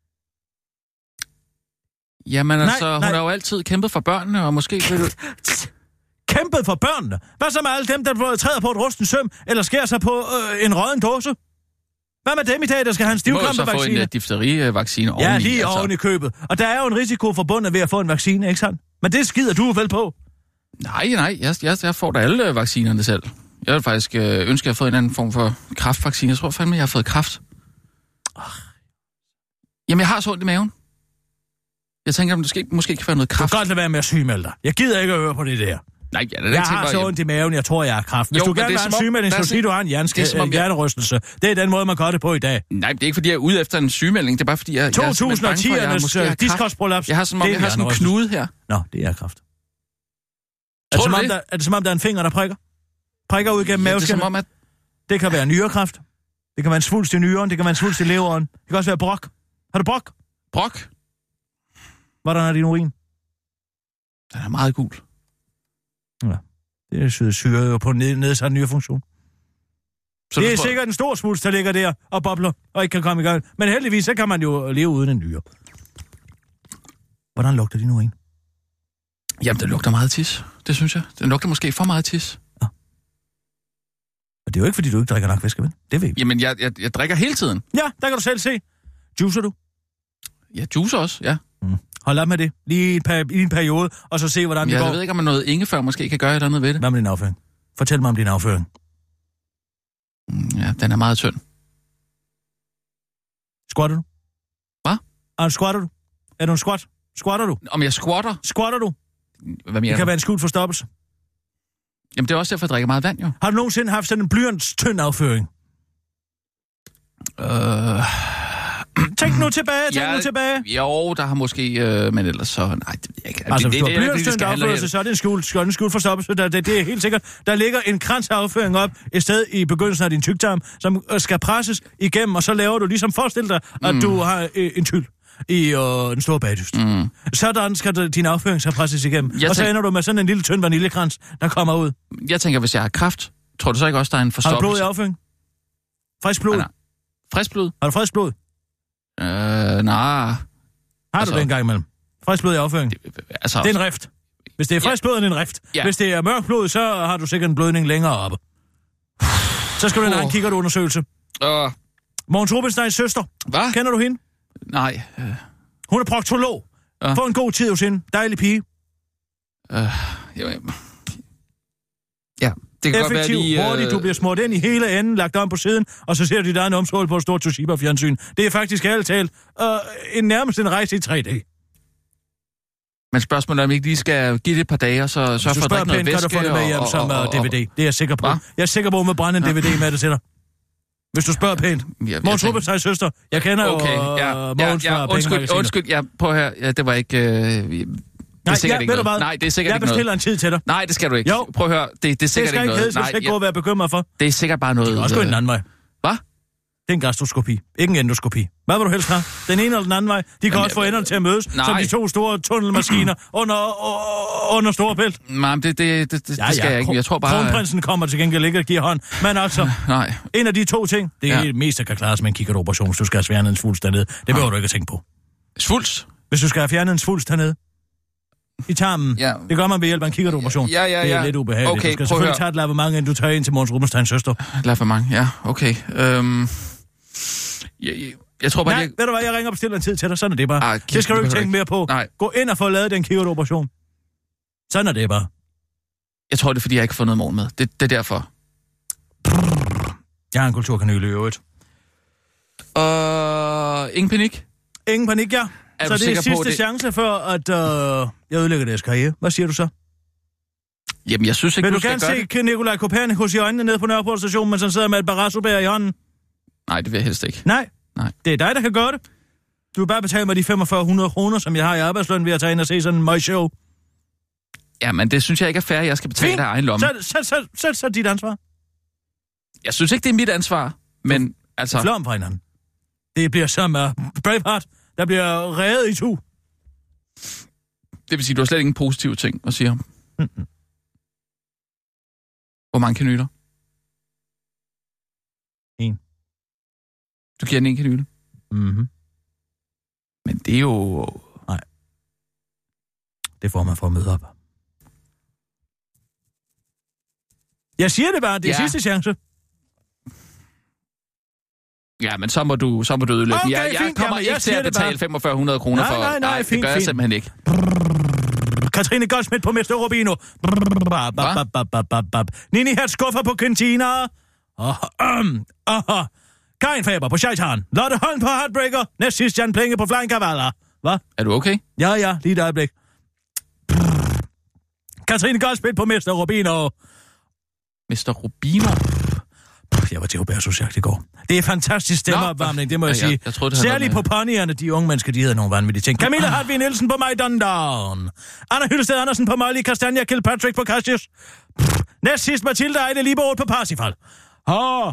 Jamen nej, altså, hun nej. har jo altid kæmpet for børnene, og måske... Kæmpet for børnene? Hvad så med alle dem, der træder på et rusten søm, eller skærer sig på øh, en rådden dåse? Hvad med dem i dag, der skal have en stivkrampevaccine? De må jo så få en uh, difteri-vaccine oveni. Ja, lige altså. oven i købet. Og der er jo en risiko forbundet ved at få en vaccine, ikke sandt? Men det skider du vel på? Nej, nej. Jeg, jeg, jeg får da alle vaccinerne selv. Jeg vil faktisk øh, ønske, at jeg har fået en anden form for kræftvaccine. Jeg tror fandme, jeg har fået kræft. Oh. Jamen, jeg har så ondt i maven. Jeg tænker, at det måske, måske kan være noget kræft. Du kan godt lade være med at sygemelde dig. Jeg gider ikke at høre på det der. Nej, ja, det er jeg har så ondt i maven, jeg tror, jeg har kræft. Hvis jo, du gerne vil have en sygemelding, så siger du har en hjernesk- hjernerystelse. Det er den måde, man gør det på i dag. Nej, det er ikke, fordi jeg er ude efter en sygemelding. Det er bare, fordi jeg, to tusind og ti-ernes diskosprolaps. Jeg har som om, jeg har sådan en knude her. Nå, det er kræft. Er det, som om, der, er det som om, der er en finger, der prikker? Prikker ud gennem ja, maveskinnet? Det er som om, at... Det kan være nyrekræft. Det kan være en svulst i nyren. Det kan være en svulst i leveren. Det kan også være brok. Har du brok? Brok? Hvordan er din urin? Den er meget gul. Ja. Det er syre, syre jo på ned, nedsat nyrefunktion. Så det er tror... sikkert en stor svulst, der ligger der og bobler og ikke kan komme i gang. Men heldigvis, så kan man jo leve uden en nyre. Hvordan lugter din urin? Jamen, det lugter meget tis. Det synes jeg. Den lugter måske for meget tis. Ja. Og det er jo ikke, fordi du ikke drikker nok væske, vel? Det ved vi. Jamen, jeg, jeg, jeg drikker hele tiden. Ja, der kan du selv se. Juicer du? Ja, juicer også, ja. Mm. Hold op med det. Lige i en, peri- i en periode, og så se, hvordan det ja, går. Jeg ved ikke, om man noget ingefær måske kan gøre et eller andet ved det. Hvad med din afføring? Fortæl mig om din afføring. Ja, den er meget tynd. Squatter du? Hvad? Er du squatter du? Er du en squat? Squatter du? Om jeg squatter? Squatter du? Hvad mener det kan du? være en skjult forstoppelse. Jamen, det er også derfor, jeg drikker meget vand, jo. Har du nogensinde haft sådan en blyants tynd afføring? Øh... Tænk nu tilbage, tænk ja, nu tilbage. Jo, der har måske, øh, men ellers så, nej, det ved jeg ikke. Altså, det, hvis du det, har det, blyantstønt det, afførelse, så er det en skjult, så er det en skjult forstoppelse. Der, det, det er helt sikkert. Der ligger en krans afføring op et sted i begyndelsen af din tyktarm, som skal presses igennem, og så laver du ligesom, forestil dig, at mm. du har øh, en tyld i øh, den store bagdyst. Mm. Sådan skal din afføring så presses igennem. Jeg og så tænk... ender du med sådan en lille tynd vaniljekrans, der kommer ud. Jeg tænker, hvis jeg har kræft, tror du så ikke også, der er en forstoppelse? Har du blod i afføring? Frisk blod? Ah, frisk blod? Har du frisk blod? Øh, nej. Har altså, du det en gang imellem? Frisk blod i afføring? Det, altså, det er en rift. Hvis det er frisk blod, er det en rift. Ja. Hvis det er mørk blod, så har du sikkert en blødning længere oppe. Så skal du have en anden kikkertundersøgelse. Uh. Mogens Rubinsteins søster. Hvad? Kender du hende? Nej. Uh. Hun er proktolog. Uh. Få en god tid hos hende. Dejlig pige. Uh, jamen. Ja. Det kan effektiv, godt være, de, hurtigt, du bliver smurt ind i hele enden, lagt om på siden, og så ser du dit egen omskål på et stort Toshiba-fjernsyn. Det er faktisk ærligt talt uh, en nærmest en rejse i tre D. Men spørgsmålet er, om ikke lige skal give det et par dage, og så sørge for at drikke noget væske. Kan du få det med hjem som uh, D V D. Det er jeg sikker på. Hva? Jeg er sikker på, at man brænder en D V D med det til dig. Hvis du spørger pænt. Ja, Mogens Rubinsteins søster. Jeg kender okay, jo uh, ja, Mogens ja, ja, fra undskyld, undskyld, ja, på her. Ja, det var ikke... Øh, Det er Nej, sikkert ja, ikke noget. noget. Nej, det er sikkert jeg ikke noget. bestiller en tid til dig. Nej, det skal du ikke. Jo. Prøv at høre, det, det er sikkert ikke noget. Det skal ikke hedde, du skal ikke gå og være bekymret for. Det er sikkert bare noget... Det kan også gå en anden vej. Hvad? Det er en gastroskopi, ikke en endoskopi. Hvad vil du helst have? Den ene eller den anden vej? De kan Jamen, også få enderne til at mødes, nej. Som de to store tunnelmaskiner under, under Storebælt. Nej, det, det, det, det ja, skal ja. jeg ikke. Jeg tror bare... Kronprinsen kommer til gengæld ikke at give hånd. Men altså, nej. En af de to ting, det er ja. Det mest, der kan klares med en kikkertoperation, hvis du skal have fjernet en svulst dernede. Det behøver du ikke at tænke på. Svulst? Hvis du skal have fjernet en svulst dernede. I tarmen. Ja. Det gør man ved hjælp af en kikkertoperation. Ja, ja, ja. Det er lidt ubehageligt. Okay, du skal selvfølgelig tage et lavemang, inden du tager ind til Mogens Rubinsteins søster. Lavemang, ja, okay. Øhm... Jeg, jeg, jeg tror bare... Nej, jeg... ved du hvad, jeg ringer og bestiller en tid til dig. Sådan er det bare. Ah, det skal du ikke tænke mere på. Nej. Gå ind og få lavet den kikkertoperation. Sådan er det bare. Jeg tror, det er, fordi jeg ikke har fået noget morgen med. Det, det er derfor. Jeg har en kulturkanyle i øvrigt. Uh, ingen panik? Ingen panik, ja. Er så det er sidste det... chance for, at uh, jeg ødelægger deres karriere. Hvad siger du så? Jamen, jeg synes ikke, Vil du, du, du gerne se Nikolaj Kopernikus i øjnene nede på Nørreport station, mens han sidder med et barassobær i hånden? Nej, det vil jeg helst ikke. Nej. Nej. Det er dig, der kan gøre det. Du vil bare betale mig de femogfyrre hundrede kroner, som jeg har i arbejdsløn ved at tage ind og se sådan en møgshow. Ja, men det synes jeg ikke er fair, jeg skal betale af egen lomme. Så, så, så, så, så dit ansvar. Jeg synes ikke, det er mit ansvar, men du, altså... Flom fra hinanden. Det bliver som uh, Braveheart, der bliver revet i to. Det vil sige, du har slet ingen positive ting at sige om. Mm-hmm. Hvor mange kanyler? En. Du giver den en kanyle? Mhm. Men det er jo... Nej. Det får man for at møde op. Jeg siger det bare, det er ja. Sidste chance. Ja, men så må du, så må du ødelægge. Okay, jeg, jeg fint, kommer jamen, ikke jeg til at betale femogfyrre hundrede kroner for... Nej, nej, nej, nej fint, det gør fint. jeg simpelthen ikke. Katrine Goldsmith på Mister Rubino. Nini Hertz skuffer på Cantina. Karin Faber på Shaitan. Lotte Holm på Heartbreaker. Næst sidst Jan Plenge på Flying Cavalla. Hvad? Er du okay? Ja, ja, lige et øjeblik. Katrine Goldsmith på Mister Rubino. Mister Rubino? Jeg var til Hubertus-jagt i går. Det er fantastisk stemmeopvarmning, det må jeg ja, sige. Jeg, jeg troede, særligt på ponyerne, de unge mennesker, de hedder nogle vanvittige ting. Camilla Hartvig Nielsen på My Down. Anna Hyllested Andersen på Molly. Castania Kilpatrick på Cassius. Næst sidst Mathilde Ejle Liberoth på Parsifal. Åh,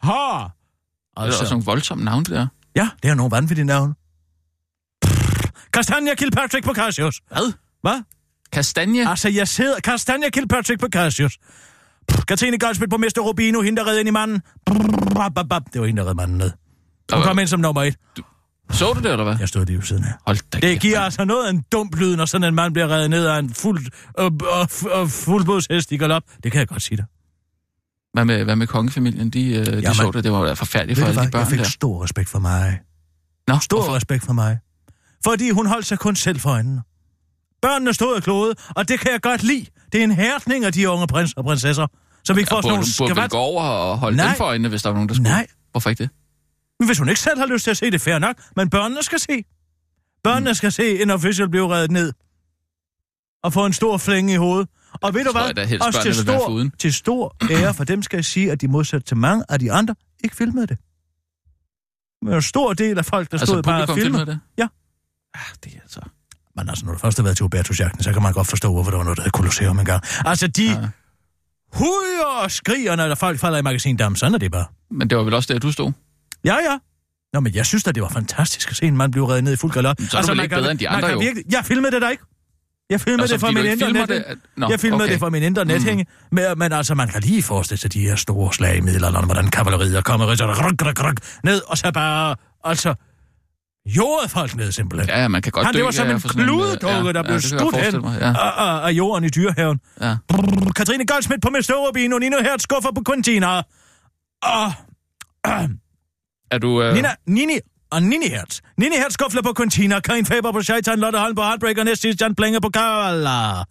Ha! Altså. Det er også nogle voldsomme navne, det der. Ja, det er nogle vanvittige navne. Castagna Kilpatrick Bocasius. Hvad? Hvad? Kastanje? Altså, jeg sidder... Castagna Kilpatrick Bocasius. Katrine Goldsmith på Mister Rubino, hende der redde ind i manden. Det var hende der redde manden ned. Hun kom ind som nummer et. Du... Så du det, eller hvad? Jeg stod lige ved siden af. Hold da det giver man. Altså noget af en dum lyd, når sådan en mand bliver reddet ned af en fuld, øh, øh, øh, fuldblodshest i galop. Det kan jeg godt sige dig. Hvad med, hvad med kongefamilien? De, øh, de Jamen, så det, det var jo forfærdeligt for alle de børn jeg fik der. stor respekt for mig. Nå, stor hvorfor? respekt for mig. Fordi hun holdt sig kun selv for øjnene. Børnene stod og klode, og det kan jeg godt lide. Det er en hærdning af de unge prins og prinsesser, som ikke får sådan nogle skavat. Burde gå over og holde Nej. dem for øjnene, hvis der var nogen, der skulle? Nej. Hvorfor ikke det? Men hvis hun ikke selv har lyst til at se det, fair nok. Men børnene skal se. Børnene mm. skal se en official blive reddet ned. Og få en stor flænge i hovedet. Og ved du hvad? Jeg, også til stor, til stor ære for dem skal jeg sige, at de modsat til mange af de andre ikke filmede det. Men en stor del af folk, der altså, stod bare og filmede det? Ja. Ah, det er altså... Men altså, når du først har været til Hubertusjagten, så kan man godt forstå, hvorfor der var noget, der hed Colosseum engang. Altså, de ja. hujer og skriger, når der folk falder i magasindammen. Sådan er det bare. Men det var vel også der, du stod? Ja, ja. Nå, men jeg synes da, det var fantastisk at se en mand blive reddet ned i fuld galop. Så er altså, du vel ikke bedre end de andre, jo? Virkelig... Jeg filmede det der ikke. Jeg filmede altså, det fra min internet. Det... Nå, jeg filmede okay. det fra min internethænge. Mm. Men, men altså, man kan lige forestille sig de her store slag i middelalderen, hvordan kavaleriet kommer ned, og så bare, altså, jordede folk ned simpelthen. Ja, man kan godt Han, dø. Det var som ja, en kludedukke, ja, der blev ja, skudt hen ja. af, af jorden i dyrehaven. Ja. Katrine Goldsmith på Mister Rubino, Nino Hertz skuffer på Quintina. Og... Øh, er du... Øh... Nina, Nini... Og Nini Hertz. Nini Hertz skuffler på Quintina. Karin Faber på Shaitan. Lotte Holm på Heartbreaker. Næst sidst Jan Blinger på Kavala.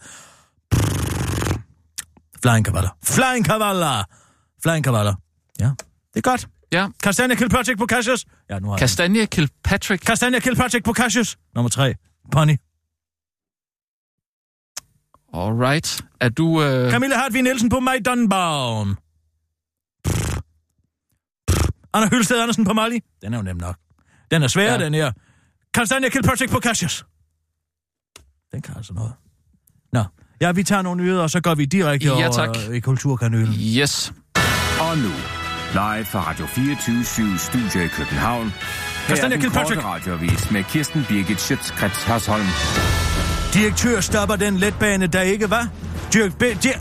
Flying Kavala. Flying Kavala. Flying Kavala. Ja, det er godt. Ja. Castagna Kilpatrick på Cassius. Ja, nu har Castagna Kilpatrick. Castagna Kilpatrick på Cassius. Nummer tre. Pony. Alright. Er du... Øh... Camilla Hartvig Nielsen på Maidonbaum. Anna Hylsted Andersen på Mali. Den er jo nem nok. Den er svær, ja. Den her. Castagna Kilpatrick på Cassius. Den kan altså noget. Nå, ja, vi tager nogle nyheder, og så går vi direkte ja, over i Kulturkanylen. Yes. Og nu, live fra Radio fireogtyve syv Studio i København. Her er den korte radioavis med Kirsten Birgit Schøtz-Krets Hørsholm. Direktør stopper den letbane, der ikke var. Dirk B... Di...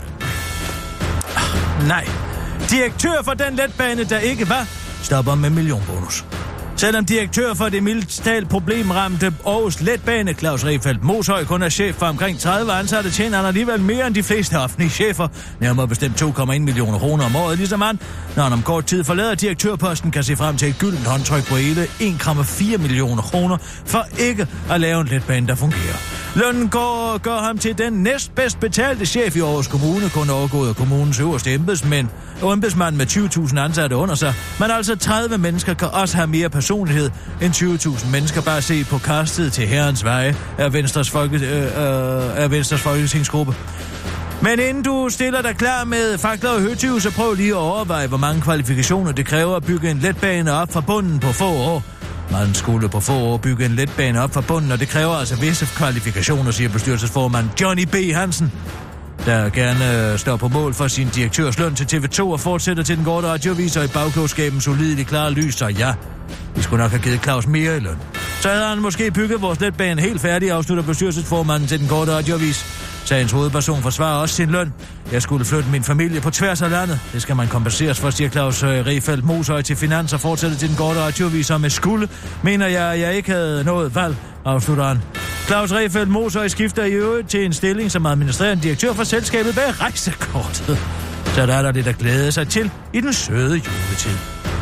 Nej. Direktør for den letbane, der ikke var, stopper med millionbonus. Selvom direktør for det mildt problemramte Aarhus Letbane, Claus Refeldt Moshøj, kun er chef for omkring tredive ansatte, tjener han alligevel mere end de fleste offentlige chefer. Nærmere bestemt to komma en millioner kroner om året, ligesom han, når han om kort tid forlader direktørposten, kan se frem til et gyldent håndtryk på hele en komma fire millioner kroner for ikke at lave en letbane, der fungerer. Lønnen går, gør ham til den næstbedst betalte chef i Aarhus Kommune, kun overgået af kommunens øverste embedsmænd og embedsmand med tyve tusind ansatte under sig. Men altså tredive mennesker kan også have mere personlighed end tyve tusind mennesker. Bare se på kastet til Herrens Veje af Venstres, folke, øh, øh, af Venstres Folketingsgruppe. Men inden du stiller dig klar med fakler og høtyve, så prøv lige at overveje, hvor mange kvalifikationer det kræver at bygge en letbane op fra bunden på få år. Man skulle på få år bygge en letbane op fra bunden, og det kræver altså visse kvalifikationer, siger bestyrelsesformand Johnny B. Hansen, der gerne står på mål for sin direktørs løn til T V to og fortsætter til den korte radioavis og i bagklogskaben solidt i klare lys, så ja, vi skulle nok have givet Claus mere i løn. Så havde han måske bygget vores letbane helt færdig, afslutter bestyrelsesformanden til den korte radioavis. Sagens hovedperson forsvarer også sin løn. Jeg skulle flytte min familie på tværs af landet. Det skal man kompenseres for, siger Claus Refeldt Moshøj til Finans og fortsætter til den korte radioavis. Og med skulle, mener jeg, at jeg ikke havde noget valg, afslutter han. Claus Refeldt Moshøj skifter i øvrigt til en stilling som administrerende direktør for selskabet bag rejsekortet. Så der er der det, der glæder sig til i den søde juletid.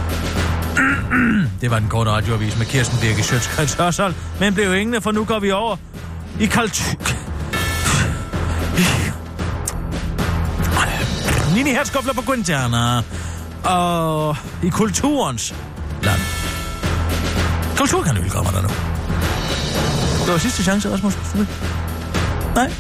Det var den korte radioavis med Kirsten Birgit Schøtz-Krets Hørsholm, men blev ingen, for nu går vi over i kultur... Nini Hertz skuffler på Quintana og i kulturens land. Kulturkanyl kommer der nu. Det var sidste chance, Rasmus. Nej.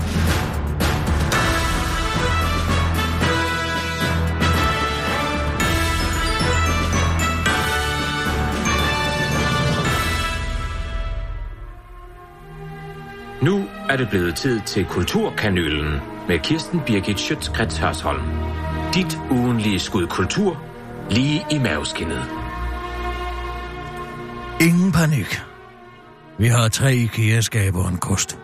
Nu er det blevet tid til Kulturkanylen med Kirsten Birgit Schøtz-Krets Hørsholm. Dit ugenlige skud kultur lige i maveskindet. Ingen panik. Vi har tre IKEA-skaber og en kost.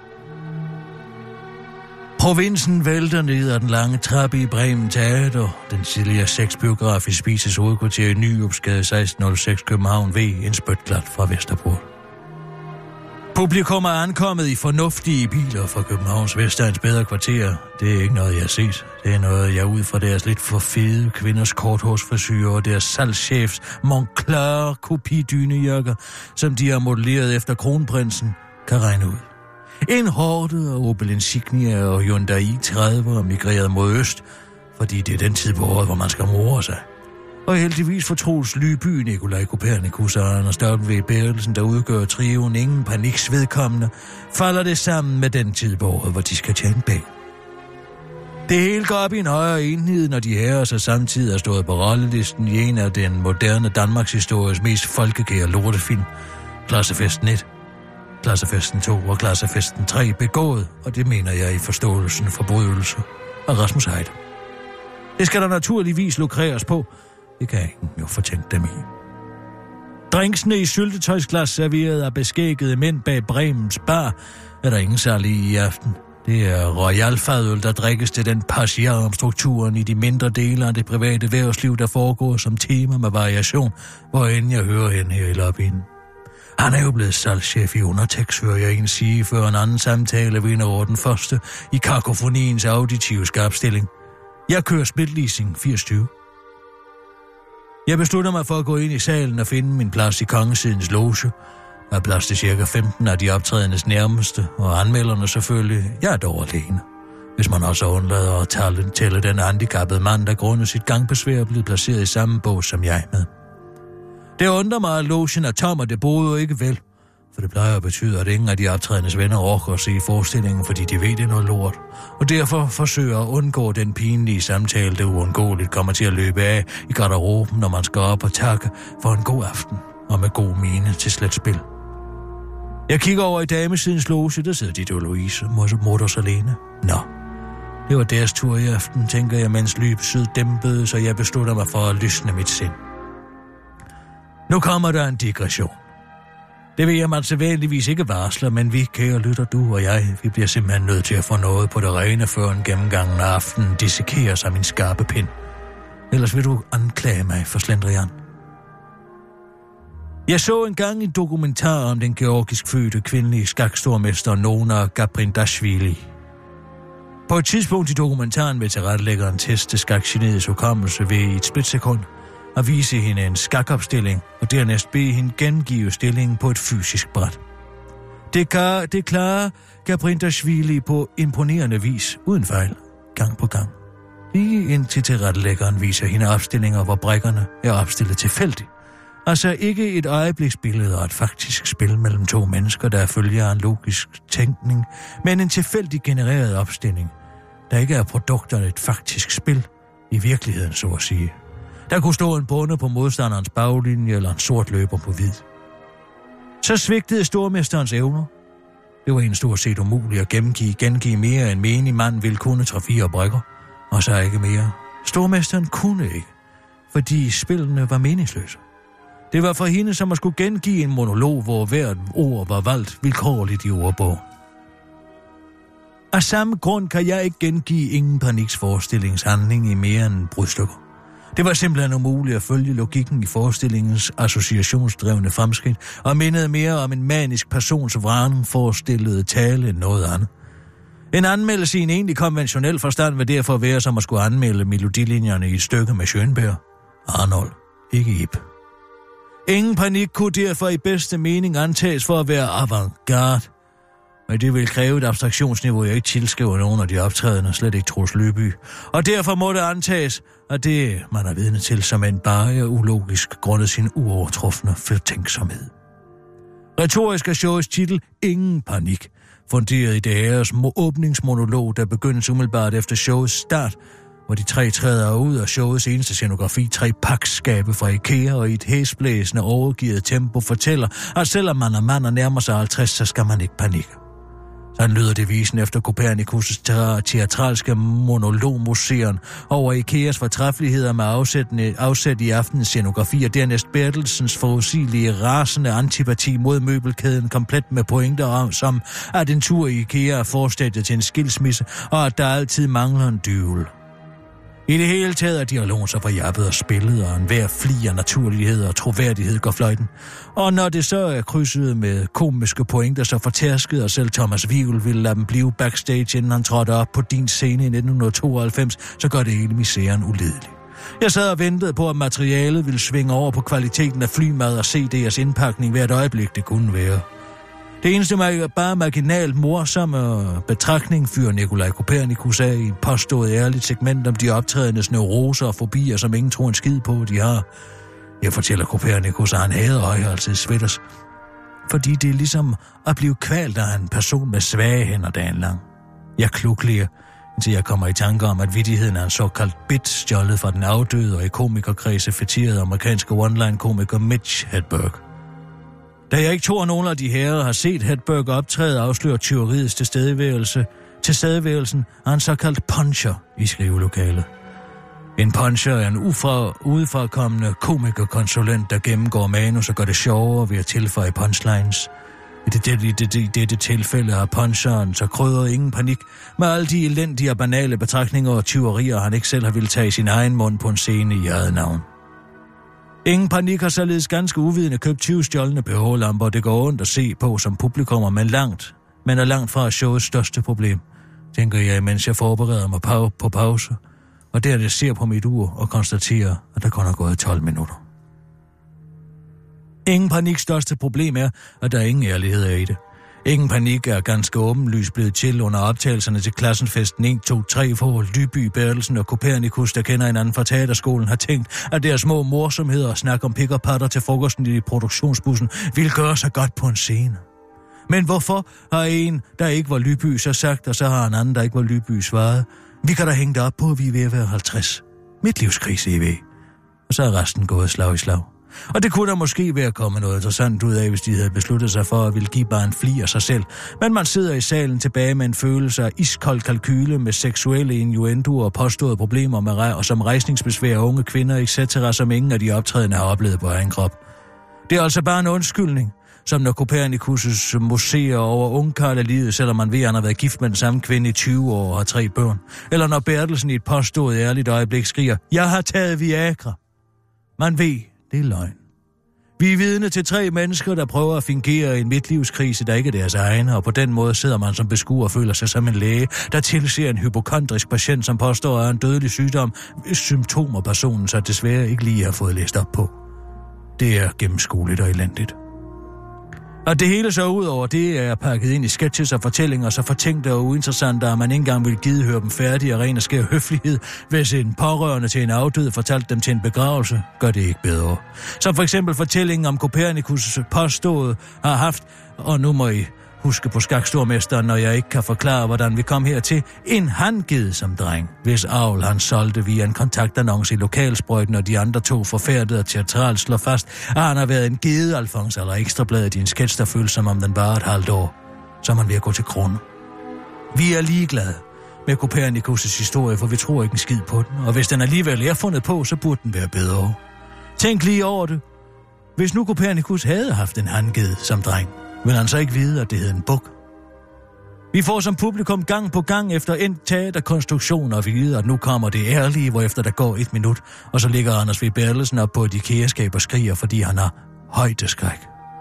Provinsen vælter ned ad den lange trappe i Bremen Teater. Den tidligere sexbiograf i Spises hovedkvarter i Nyopsgade seksten nul seks København V. En spytklat fra Vesterport. Publikum er ankommet i fornuftige biler fra Københavns Vestegns bedre kvarter. Det er ikke noget, jeg har set. Det er noget, jeg ud fra deres lidt for fede kvinders korthårsfrisyrer og deres salgschefs Moncler kopidynejakker, som de har modelleret efter kronprinsen, kan regne ud. En horde af Opel Insignia og Hyundai tredive migreret mod øst, fordi det er den tid på året, hvor man skal more sig. Og heldigvis for Troels Lyby, Nikolaj Kopernikus og Anders W. Bertelsen, der udgør trioen ingen paniks vedkommende, falder det sammen med den tid på året, hvor de skal tjene penge. Det hele går op i en højere enhed, når de herrer sig samtidig har stået på rollelisten i en af den moderne Danmarks histories mest folkekære lortefilm, Klassefesten et, Klassefesten to og Klassefesten tre begået, og det mener jeg i forståelsen forbrydelse af Rasmus Heide. Det skal der naturligvis lukreres på. Det kan ingen jo fortænke dem i. Drinksene i syltetøjsglas serveret af beskækkede mænd bag Bremens bar er der ingen særlig i aften. Det er royalfadøl, der drikkes til den passiar om strukturen i de mindre dele af det private erhvervsliv, der foregår som tema med variation, hvor end jeg hører hende her i lobbyen. Han er jo blevet salgschef i Undertex, hører jeg en sige, før en anden samtale vinder over den første i kakofoniens auditive skarpstilling. Jeg kører splitleasing firs tyve. Jeg beslutter mig for at gå ind i salen og finde min plads i kongesidens loge. Der er plads til cirka femten af de optrædendes nærmeste, og anmelderne selvfølgelig. Jeg er dog alene. Hvis man også undlader at tælle, tælle den handicappede mand, der grundet sit gangbesvær er blevet placeret i samme bås som jeg med. Det undrer mig, at logen er tom, og det boede jo ikke vel. For det plejer at betyde, at ingen af de optrædendes venner orker at se forestillingen, fordi de ved, det er noget lort. Og derfor forsøger at undgå den pinlige samtale, der uundgåeligt kommer til at løbe af i garderoben, når man skal op og takke for en god aften og med god mine til slet spil. Jeg kigger over i damesidens loge, der sidder Ditte og Louise, Morders alene. Nå, det var deres tur i aften, tænker jeg, mens lyset dæmpede, så jeg beslutter mig for at lysne mit sind. Nu kommer der en digression. Det vil jeg man sædvanligvis ikke varsler, men vi, kære lytter, du og jeg, vi bliver simpelthen nødt til at få noget på det rene, før en gennemgang af aftenen dissekerer sig min skarpe pind. Ellers vil du anklage mig for slendrian. Jeg så engang en dokumentar om den georgisk fødte kvindelige skakstormester Nona Gabrindashvili. På et tidspunkt i dokumentaren vil tilrettelæggeren teste skakgeniets hukommelse ved et splitsekund og vise hende en skakopstilling, og dernæst bede hende gengive stillingen på et fysisk bræt. Det, kan, det klarer Gabrindashvili på imponerende vis, uden fejl, gang på gang. Lige indtil tilrettelæggeren viser hende opstillinger, hvor brækkerne er opstillet tilfældigt. Altså ikke et øjebliksbillede og et faktisk spil mellem to mennesker, der følger en logisk tænkning, men en tilfældig genereret opstilling, der ikke er produkter af et faktisk spil i virkeligheden, så at sige. Der kunne stå en bonde på modstanderens baglinje eller en sort løber på hvid. Så svigtede stormesterens evner. Det var en stort set umuligt at gengive, gengive mere end menig mand ville kunne tre-fire brækker, og så ikke mere. Stormesteren kunne ikke, fordi spillene var meningsløse. Det var for hende som at skulle gengive en monolog, hvor hvert ord var valgt vilkårligt i ordbogen. Af samme grund kan jeg ikke gengive ingen paniks forestillingshandling i mere end brudstykker. Det var simpelthen umuligt at følge logikken i forestillingens associationsdrevne fremskridt, og mindede mere om en manisk persons vrang forestillede tale end noget andet. En anmeldelse i en egentlig konventionel forstand vil derfor være som at skulle anmelde melodilinjerne i et stykke med Schönberg. Arnold, ikke Ib. Ingen panik kunne derfor i bedste mening antages for at være avantgarde. Men det vil kræve et abstraktionsniveau, jeg ikke tilskriver nogen af de optrædende, slet ikke Troels Lyby. Og derfor må det antages, at det, man er vidne til, som en bare er ulogisk, grundet sin uovertrufne fortænksomhed. Retorisk er showets titel Ingen panik, funderet i det æres åbningsmonolog, der begyndes umiddelbart efter showets start, hvor de tre træder ud af showets eneste scenografi, tre pakskabe fra IKEA, og i et hæsblæsende overgivet tempo fortæller, at selvom man er mand og nærmer sig halvtreds, så skal man ikke panikke. Sådan lyder devisen efter Copernicus' teatralske monologmuseum over Ikeas fortræffeligheder med afsæt i aftenens scenografi, og dernæst Bertelsens forudsigelige rasende antipati mod møbelkæden, komplet med pointer om, som at en tur i Ikea er forstadiet til en skilsmisse, og at der altid mangler en dyvel. I det hele taget er dialogen så forjappet og spillet, og enhver fli af naturlighed og troværdighed går fløjten. Og når det så er krydset med komiske pointer, så fortærsket, og selv Thomas Wivel ville lade dem blive backstage, inden han trådte op på din scene i nitten tooghalvfems, så gør det hele misæren ulidelig. Jeg sad og ventede på, at materialet ville svinge over på kvaliteten af flymad og C D'ers indpakning hvert øjeblik, det kunne være. Det eneste er bare marginalt morsomme betragtning fyrer Nikolaj Kopernikus af i et påstået ærligt segment om de optrædendes neuroser og fobier, som ingen tror en skid på, de har. Jeg fortæller Kopernikus, at han hader højholdet sweaters, fordi det er ligesom at blive kvalt af en person med svage hænder dagen lang. Jeg klukliger, indtil jeg kommer i tanke om, at vittigheden er en såkaldt bit stjålet fra den afdøde og i komikerkredse fætterede amerikanske one-line-komiker Mitch Hedberg. Da jeg ikke tror, nogen af de herrer har set Hedberg optræde afslører tyveriets tilstedeværelse, tilstedeværelsen af en såkaldt puncher i skrivelokalet. En puncher er en ufra, udefrakommende komikerkonsulent, der gennemgår manus og gør det sjovere ved at tilføje punchlines. I dette, det, det, det, det tilfælde har puncheren så krydret ingen panik med alle de elendige og banale betragtninger og tyverier, han ikke selv har ville tage i sin egen mund på en scene i eget navn. Ingen panik har således ganske uvidende købt tyve stjålne P H-lamper, det går ondt at se på som publikummer, men langt, men er langt fra showets største problem, tænker jeg, mens jeg forbereder mig på pause, og der det ser på mit ur og konstaterer, at der kun er gået tolv minutter. Ingen paniks største problem er, at der er ingen ærlighed er i det. Ingen panik er ganske åbenlyst blevet til under optagelserne til Klassenfesten et, to, tre, hvor Lyby, Bertelsen og Kopernikus, der kender hinanden fra teaterskolen, har tænkt, at deres små morsomheder og snak om pik og patter til frokosten i produktionsbussen ville gøre sig godt på en scene. Men hvorfor har en, der ikke var Lyby, så sagt, og så har en anden, der ikke var Lyby, svaret? Vi kan da hænge det op på, at vi er ved at være halvtreds. Mit livskrise i ved. Og så er resten gået slag i slag. Og det kunne der måske være kommet noget interessant ud af, hvis de havde besluttet sig for at ville give bare en fli af sig selv. Men man sidder i salen tilbage med en følelse af iskold kalkyle med seksuelle innuendoer og påståede problemer med rej- og som rejsningsbesvær af unge kvinder, et cetera, som ingen af de optrædende har oplevet på egen krop. Det er altså bare en undskyldning, som når Kopernikus' museer over ungkarl af livet, selvom man ved, at han har været gift med den samme kvinde i tyve år og har tre børn. Eller når Bertelsen i et påstået ærligt øjeblik skriger, jeg har taget Viagra. Man ved, det er løgn. Vi er vidne til tre mennesker, der prøver at fingere en midtlivskrise, der ikke er deres egne, og på den måde sidder man som beskuer og føler sig som en læge, der tilser en hypokondrisk patient, som påstår at er en dødelig sygdom, hvis symptomer personen så desværre ikke lige har fået læst op på. Det er gennemskueligt og elendigt. Og det hele så ud over det er pakket ind i sketches og fortællinger, så fortænkte og uinteressante, at man ikke engang ville give høre dem færdige og ren og skær høflighed, hvis en pårørende til en afdød fortalte dem til en begravelse, gør det ikke bedre. Som for eksempel fortællingen om Kopernikus' påstået har haft, og nu må I huske på skakstormesteren, når jeg ikke kan forklare, hvordan vi kom hertil, en handged som dreng, hvis avl han solgte via en kontaktannonce i lokalsprøjten, og de andre to forfærdede og teatralt slår fast, at han har været en gede, Alfons, eller ekstrabladet i en sketch, der føles som om den bare et halvt år, så man ved at gå til grunde. Vi er ligeglade med Kopernikus' historie, for vi tror ikke en skid på den, og hvis den alligevel er fundet på, så burde den være bedre. Tænk lige over det. Hvis nu Kopernikus havde haft en handged som dreng, vil han så ikke vide, at det hed en buk. Vi får som publikum gang på gang efter en teaterkonstruktion og vide, at nu kommer det ærlige, hvorefter der går et minut, og så ligger Anders V. Bertelsen op på et IKEA-skab og skriger, fordi han har højdeskræk.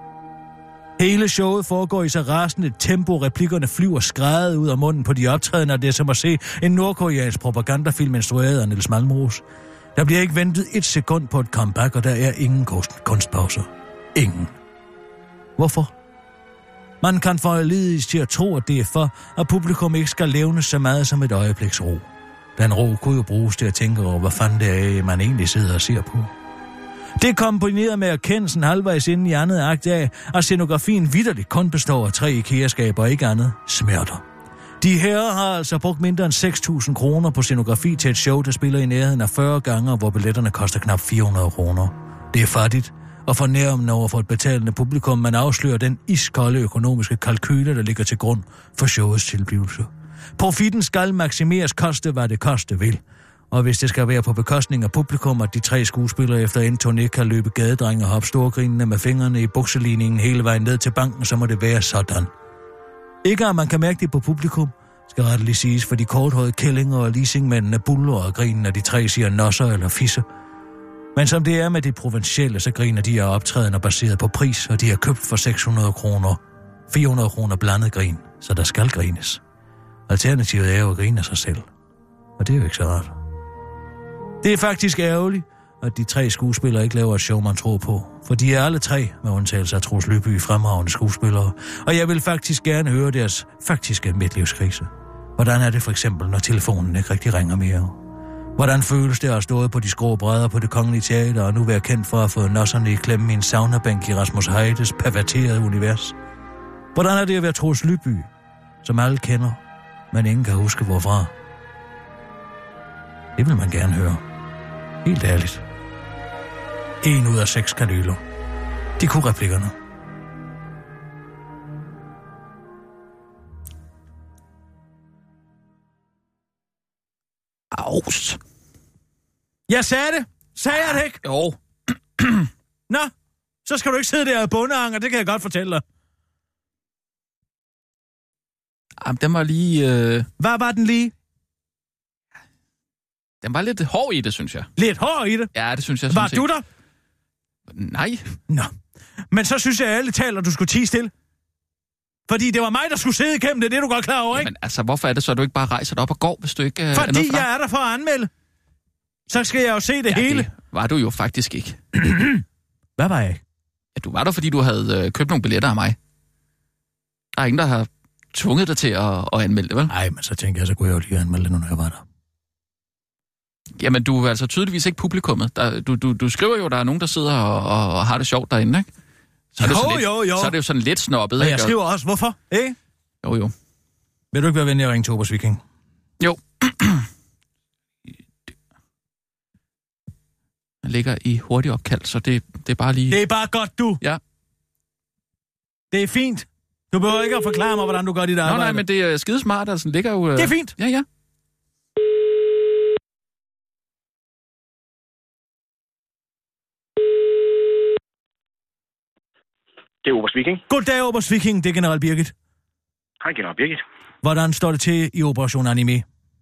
Hele showet foregår i så rasende et tempo, replikkerne flyver skrædet ud af munden på de optrædende, og det er som at se en nordkoreansk propagandafilm instrueret af Niels Malmros. Der bliver ikke ventet et sekund på et comeback, og der er ingen kunstpauser. Ingen. Hvorfor? Man kan forledes til at tro, at det er for, at publikum ikke skal levne så meget som et øjebliks ro. Den ro kunne jo bruges til at tænke over, hvad fanden det er, man egentlig sidder og ser på. Det er kombineret med erkendelsen halvvejs inden i andet akt af, at scenografien vitterligt kun består af tre IKEA-skaber og ikke andet smerter. De herrer har altså brugt mindre end seks tusind kroner på scenografi til et show, der spiller i nærheden af fyrre gange, hvor billetterne koster knap fire hundrede kroner. Det er fattigt, og fornærmende over for et betalende publikum, man afslører den iskolde økonomiske kalkyle, der ligger til grund for showets tilblivelse. Profitten skal maksimeres, koste hvad det koste vil. Og hvis det skal være på bekostning af publikum, at de tre skuespillere efter en turné kan løbe gadedreng og hoppe storgrinende med fingrene i bukseligningen hele vejen ned til banken, så må det være sådan. Ikke at man kan mærke det på publikum, skal retteligt siges, for de korthårede kællinger og leasingmændene buller og griner, når de tre siger nosser eller fisse. Men som det er med det provincielle, så griner de af optrædener baseret på pris, og de er købt for seks hundrede kroner. fire hundrede kroner blandet grin, så der skal grines. Alternativet er jo at grine af sig selv. Og det er jo ikke så rart. Det er faktisk ærgerligt, at de tre skuespillere ikke laver et show, man tror på. For de er alle tre, med undtagelse af Troels Lyby, fremragende skuespillere. Og jeg vil faktisk gerne høre deres faktiske midtlivskrise. Hvordan er det for eksempel, når telefonen ikke rigtig ringer mere? Hvordan føles det at have stået på de skrå brædder på Det Kongelige Teater og nu være kendt for at få nosserne i klemme i en saunabænk i Rasmus Heides perverterede univers? Hvordan er det at være Troels Lyby, som alle kender, men ingen kan huske hvorfra? Det vil man gerne høre. Helt ærligt. En ud af seks kanyler. De kunne replikkerne. Aus. Jeg sagde det. Sagde jeg det ikke? Jo. Nå, så skal du ikke sidde der og bundeanger, det kan jeg godt fortælle dig. Jamen, den var lige... Øh... Hvad var den lige? Den var lidt hård i det, synes jeg. Lidt hård i det? Ja, det synes jeg. Var synes du der? Nej. Nå, men så synes jeg, at alle taler, du skulle tie stille. Fordi det var mig, der skulle sidde igennem det, det er du godt klar over, ikke? Men altså, hvorfor er det så, at du ikke bare rejser dig op og går, hvis du ikke øh, Fordi er noget fra? jeg er der for at anmelde. Så skal jeg jo se det ja, hele. Det var du jo faktisk ikke. Hvad var jeg? Ja, du var der, fordi du havde øh, købt nogle billetter af mig. Der er ingen, der har tvunget dig til at, at anmelde det, vel? Nej, men så tænker jeg, så kunne jeg jo lige anmelde det, når jeg var der. Jamen, du er altså tydeligvis ikke publikummet. Der, du, du, du skriver jo, der er nogen, der sidder og, og, og har det sjovt derinde, ikke? Så er jo, det sådan lidt, jo, jo. Så er det jo sådan lidt snobbet, men ikke? jeg skriver også, hvorfor, ikke? Jo, jo. Vil du ikke være venlig at ringe til Obers Viking? Jo. Den ligger i hurtig opkald, så det, det er bare lige... Det er bare godt, du. Ja. Det er fint. Du behøver ikke at forklare mig, hvordan du gør dit arbejde. Nå, nej, men det er skidesmart, altså. Den ligger jo... Det er fint. Ja, ja. Det er Obers Viking. Goddag, Obers Viking. Det er General Birgit. Hej, General Birgit. Hvordan står det til i Operation Anime?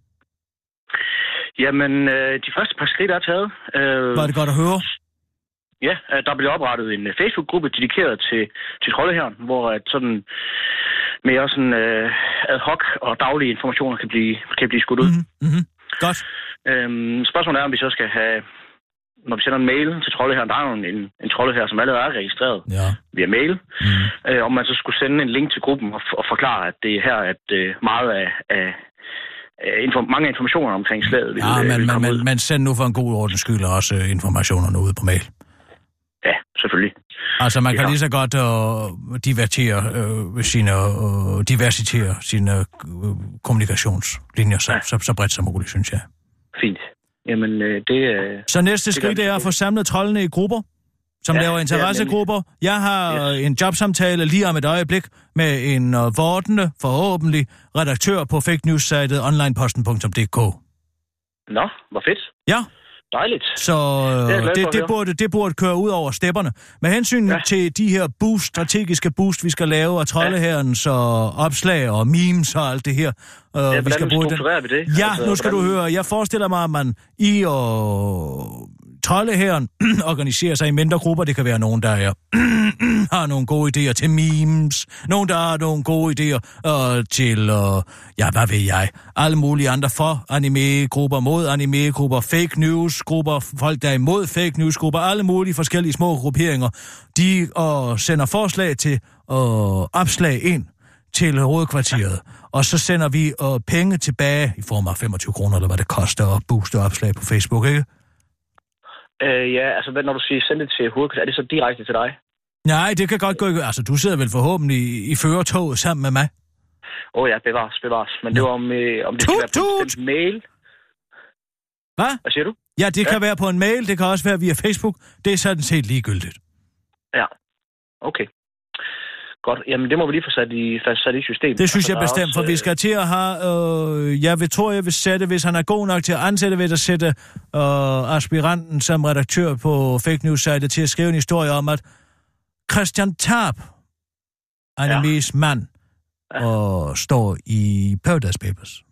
Jamen, øh, de første par skridt er taget. Øh, Var det godt at høre? Ja, øh, der blev oprettet en uh, Facebook-gruppe dedikeret til, til Troldehæren, hvor at sådan mere sådan øh, ad hoc og daglige informationer kan blive, kan blive skudt ud. Mm-hmm. Mm-hmm. Godt. Øhm, spørgsmålet er, om vi så skal have, når vi sender en mail til Troldehæren, der er jo en, en Troldehær, som allerede er registreret ja. via mail, mm. øh, om man så skulle sende en link til gruppen og, og forklare, at det er her, at øh, meget af, af Inform- mange informationer omkring slaget. Vil, ja, men, vil men, men, men send nu for en god ordens skyld også informationerne ud på mail. Ja, selvfølgelig. Altså, man kan lige så godt uh, divertere uh, sine, uh, diversitere sine uh, kommunikationslinjer så, ja. så, så bredt som muligt, synes jeg. Fint. Jamen, øh, det er... Uh, så næste skridt er at få samlet troldene i grupper, som ja, laver interessegrupper. Jeg har yes. en jobsamtale lige om et øjeblik med en uh, vordende, forhåbentlig, redaktør på fake news-sitet onlineposten punktum d k. Nå, hvor fedt. Ja. Dejligt. Så det, det, det, burde, det burde køre ud over stepperne. Med hensyn ja. til de her boost, strategiske boost, vi skal lave af Troldehærens og opslag og memes og alt det her. Uh, ja, vi skal bruge den. Vi det? Ja, altså, nu skal hvordan... du høre. Jeg forestiller mig, at man i og Troldehæren organiserer sig i mindre grupper. Det kan være nogen, der er, har nogle gode idéer til memes. Nogen, der har nogle gode idéer uh, til, uh, ja, hvad ved jeg, alle mulige andre for anime-grupper, mod anime-grupper, fake news-grupper, folk, der er imod fake news-grupper, alle mulige forskellige små grupperinger. De uh, sender forslag til uh, opslag ind til hovedkvarteret, og så sender vi uh, penge tilbage i form af femogtyve kroner, eller hvad det koster at booste opslag på Facebook, ikke? Øh, ja, altså når du siger send det til hovedkvarteret, er det så direkte til dig? Nej, det kan godt gå. Altså, du sidder vel forhåbentlig i, i førertoget sammen med mig? Åh oh, ja, bevares, bevares. Men det var om, øh, om det tut, skal være på en mail. Hvad? Hvad siger du? Ja, det ja. kan være på en mail, det kan også være via Facebook. Det er sådan set ligegyldigt. Ja, okay. Godt. Jamen, det må vi lige få sat i, sat i systemet. Det synes altså, jeg bestemt, også, for vi skal til at have... Øh, jeg vil, tror, jeg vil sætte, hvis han er god nok til at ansætte, ved at sætte øh, aspiranten som redaktør på fake news-sitet til at skrive en historie om, at Christian Tarp, Animes ja. mand, ja. og står i Paradise Papers.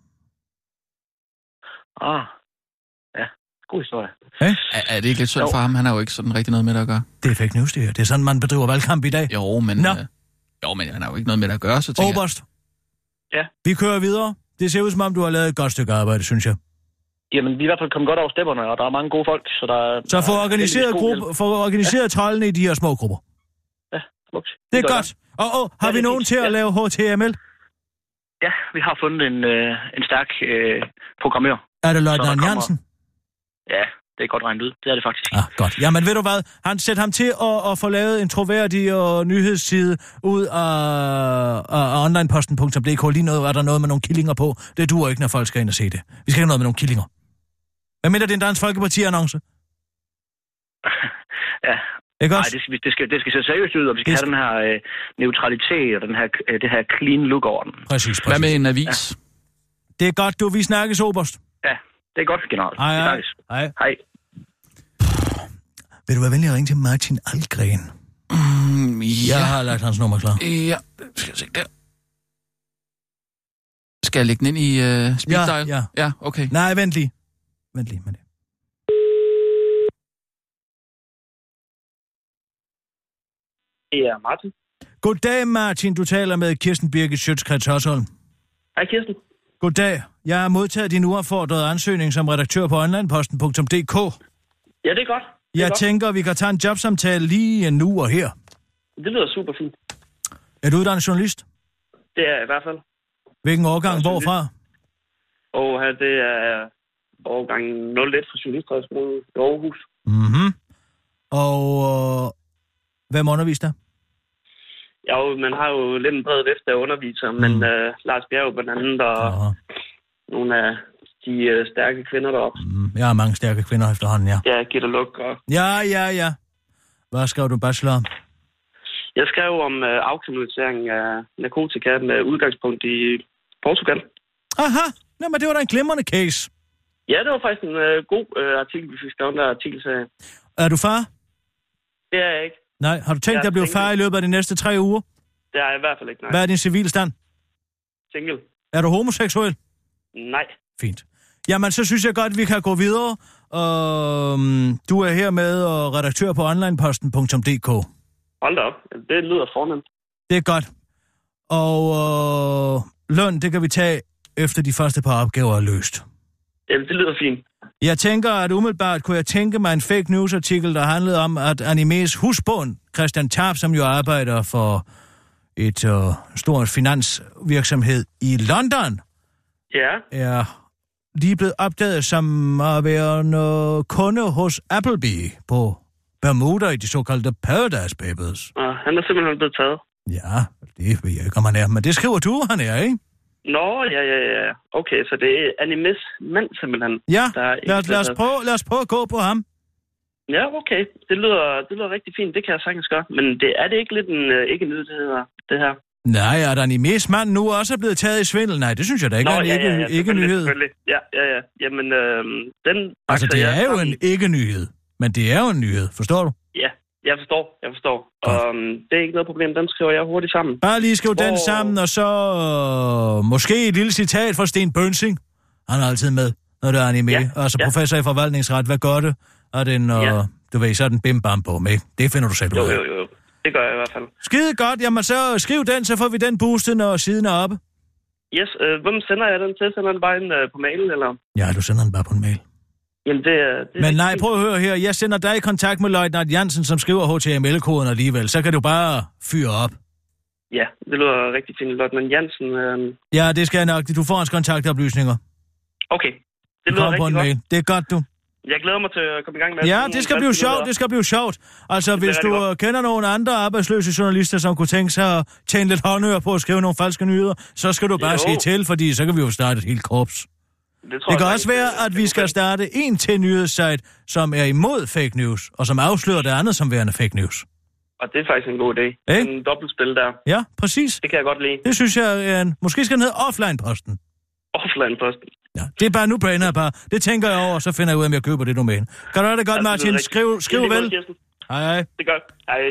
Ah, ja. God historie. Ja? Er, er det ikke lidt synd for ham? Han har jo ikke sådan rigtig noget med det at gøre. Det er fake news, det her. Det er sådan, man bedriver valgkamp i dag. Jo, men... Øh, jo, men han har jo ikke noget med det at gøre, så tænker Oberst. Ja. Vi kører videre. Det ser ud som om, du har lavet et godt stykke arbejde, synes jeg. Jamen, vi er i hvert fald kommet godt over stepperne, og der er mange gode folk, så der... Så få organiseret, gruppe, få organiseret ja. troldene i de her små grupper. Ja, smukt. Det er godt. Og, og har ja, vi nogen til at ja. lave H T M L? Ja, vi har fundet en, øh, en stærk øh, programmør. Er det Løjtnant kommer... Jansen? Ja, det er godt regnet ud. Det er det faktisk. Ah, godt. Jamen ved du hvad? Han sætter ham til at, at få lavet en troværdig og nyhedsside ud af, af onlineposten punktum d k. Lige noget, er der noget med nogle killinger på. Det duer ikke, når folk skal ind og se det. Vi skal have noget med nogle killinger. Hvad mener det er en Dansk Folkeparti-annonce? Ja. Ikke Nej, det skal, det, skal, det skal se seriøst ud, og vi skal det have den her øh, neutralitet og den her, øh, det her clean look over den. Præcis, præcis. Hvad med en avis? Ja. Det er godt, du. Vi snakkes, Oberst. Ja, det er godt, generelt. Hej, hej. Hej. Hej. Vil du være venlig at ringe til Martin Algren? Mm, ja. Jeg har lagt hans nummer klar. Ja, skal jeg se der. Skal jeg lægge den ind i uh, speed dial? Ja, ja. Ja, okay. Nej, vent lige. Vent lige med det. Det er Martin. Goddag, Martin. Du taler med Kirsten Birgit Schøtz-Krets Hørsholm. Hej, Kirsten. Goddag. Jeg har modtaget din uaffordrede ansøgning som redaktør på onlineposten punktum d k. Ja, det er godt. Det er jeg godt. tænker, vi kan tage en jobsamtale lige nu og her. Det lyder super fint. Er du uddannet journalist? Det er i hvert fald. Hvilken årgang? Hvorfra? Og her, det er årgang nul et fra Journalisthøjskolen i Aarhus. Mhm. Og øh, hvem underviser der? Ja, man har jo lidt en bred vifte af undervisere, mm. men uh, Lars Bjerg blandt andet, og Aha. nogle af de uh, stærke kvinder deroppe. Mm, jeg har mange stærke kvinder efterhånden, ja. Ja, Gitte Luk og... Ja, ja, ja. Hvad skrev du bachelor om? Jeg skrev om uh, afkriminalisering af narkotika med udgangspunkt i Portugal. Aha, nå, men det var da en glimrende case. Ja, det var faktisk en uh, god uh, artikel, vi fik skrevet der artikelserie. Er du far? Det er jeg ikke. Nej, har du tænkt dig at blive far i løbet af de næste tre uger? Det er jeg i hvert fald ikke, nej. Hvad er din civilstand? Single. Er du homoseksuel? Nej. Fint. Jamen, så synes jeg godt, at vi kan gå videre. Um, du er her med og redaktør på onlineposten punktum d k. Hold da op. Det lyder fornemt. Det er godt. Og uh, løn, det kan vi tage efter de første par opgaver er løst. Jamen, det lyder fint. Jeg tænker, at umiddelbart kunne jeg tænke mig en fake news-artikel, der handlede om, at Animes husbund, Christian Tarp, som jo arbejder for et uh, stort finansvirksomhed i London, ja. er lige blevet opdaget som at være en uh, kunde hos Appleby på Bermuda i de såkaldte Paradise Papers. Og han er simpelthen blevet taget. Ja, det ved jeg ikke, om han er, men det skriver du, han er, ikke? Nå, ja, ja, ja. Okay, så det er Animes mand simpelthen. Ja, der lad, os, lad, os prøve, lad os prøve at gå på ham. Ja, okay. Det lyder, det lyder rigtig fint. Det kan jeg sagtens gøre. Men det, er det ikke lidt en uh, ikke-nyhed, det hedder, det her? Nej, er der Animes mand nu også er blevet taget i svindel? Nej, det synes jeg da ikke Nå, er en ja, ikke, ja, ja, ikke-nyhed. Ja, ja, ja. Jamen, øh, den... Altså, det er jo sammen. en ikke-nyhed. Men det er jo en nyhed, forstår du? Ja, jeg forstår, jeg forstår. Og um, det er ikke noget problem, den skriver jeg hurtigt sammen. Bare lige skriv Hvor... den sammen, og så øh, måske et lille citat fra Sten Bønsing. Han er altid med, når det er anime. Ja, altså ja. Professor i forvaltningsret, hvad gør det? Og den, øh, ja. du ved, så er den bim-bam på, ikke? Det finder du selv ud af. Jo, jo, jo. Det gør jeg i hvert fald. Skide godt, jamen så skriv den, så får vi den boostet, når siden er oppe. Yes, øh, hvem sender jeg den til? Sender den bare ind øh, på mailen, eller? Ja, du sender den bare på en mail. Jamen, det er... Det Men nej, prøv at høre her. Jeg sender dig i kontakt med Løjtnant Jansen, som skriver H T M L-koden alligevel. Så kan du bare fyre op. Ja, det lyder rigtig fint. Løjtnant Jansen... Øh... Ja, det skal jeg nok. Du får hans kontaktoplysninger. Okay, det lyder rigtig godt. Mail. Det er godt, du. Jeg glæder mig til at komme i gang med... Ja, det skal blive sjovt, det skal blive sjovt. Altså, hvis du godt. kender nogle andre arbejdsløse journalister, som kunne tænke sig at tjene lidt håndører på at skrive nogle falske nyheder, så skal du bare sige til, fordi så kan vi jo starte et helt korps. Det, det kan også være, at vi skal starte en til nyhedssite, som er imod fake news, og som afslører det andet som værende fake news. Og det er faktisk en god idé. Eh? En dobbeltspil der. Ja, præcis. Det kan jeg godt lide. Det synes jeg er en... Måske skal den hedde Offline-posten. Offline-posten. Ja, det er bare nu brainer bare. Det tænker jeg over, og så finder jeg ud af, om jeg køber det domæne. Kan du have det godt, Altså, Martin? det Skriv, skriv det vel. Godt, hej, hej. Det er godt. Hej.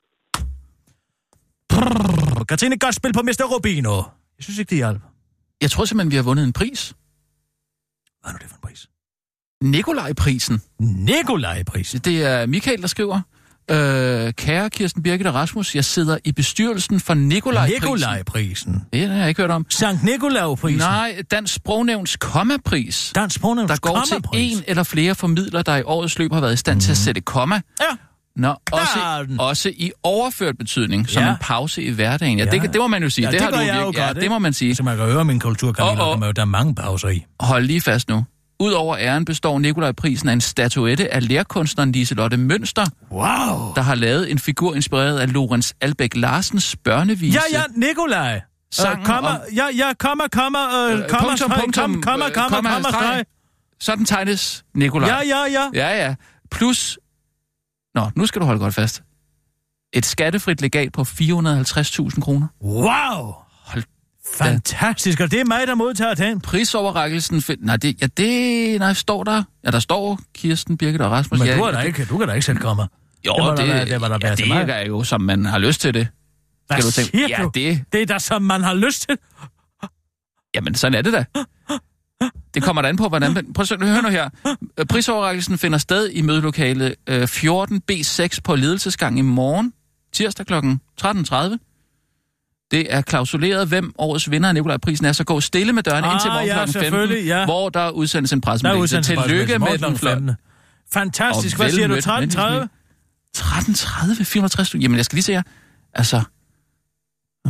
Prrr, Katrine, godt spil på mister Rubino. Jeg synes ikke, det hjælper. Jeg tror simpelthen, vi har vundet en pris. Hvad er nu det for en pris? Nikolaj-prisen. Nikolaj-prisen? Det er Michael, der skriver. Øh, kære Kirsten Birgit og Rasmus, jeg sidder i bestyrelsen for Nikolaj-prisen. Nikolaj-prisen? Det har jeg ikke hørt om. Sankt Nikolaj-prisen? Nej, Dansk Sprognævns kommapris. Dansk Sprognævns der går til en eller flere formidler, der i årets løb har været i stand mm. til at sætte komma. Ja. Nå, også, også i overført betydning, som ja. en pause i hverdagen. Ja, ja. Det, det må man jo sige. Ja, det, det har du jeg jo ja, godt, det må man sige. Så man kan høre min kulturkanal, oh, oh. der er mange pauser i. Hold lige fast nu. Udover æren består Nikolaj-prisen af en statuette af lærkunstneren Liselotte Mønster, wow. der har lavet en figur inspireret af Lorentz Albæk Larsens børnevise. Ja, ja, Nikolaj. Sangen uh, kommer, om... Ja, ja, kommer, kommer, uh, øh, kommer, punktum, streg, punktum, kommer, kommer, kommer, kommer, streg. Sådan tegnes Nikolaj. Ja, ja, ja. Ja, ja. Plus... Nå, nu skal du holde godt fast. Et skattefrit legat på fire hundrede og halvtreds tusind kroner. Wow! Hold fantastisk, og det er mig, der modtager den. Prisoverrækkelsen... Find... Nej, det, ja, det... Nej, står der... Ja, der står Kirsten, Birgit og Rasmus. Men ja, du, er der det... ikke, du kan da ikke sætte kommer. Jo, det, det, der, det var der ja, det er jo, som man har lyst til det. Hvad du siger tænke? du? Ja, det... Det er da, som man har lyst til. Jamen, sådan er det da. Det kommer da an på, hvordan... Prøv at høre nu her. Prisoverrækkelsen finder sted i mødelokale fjorten B seks på ledelsesgang i morgen, tirsdag klokken tretten tredive. Det er klausuleret, hvem årets vinder af Nikolaj-prisen er, så gå stille med dørene ah, indtil morgen ja, klokken femten, ja. hvor der udsendes en pressemeddelelse. Tillykke med den flotte. Fantastisk. Hvad siger du? tretten tredive? tretten tredive? fire hundrede og tres? Jamen, jeg skal lige se her. Altså... Øh,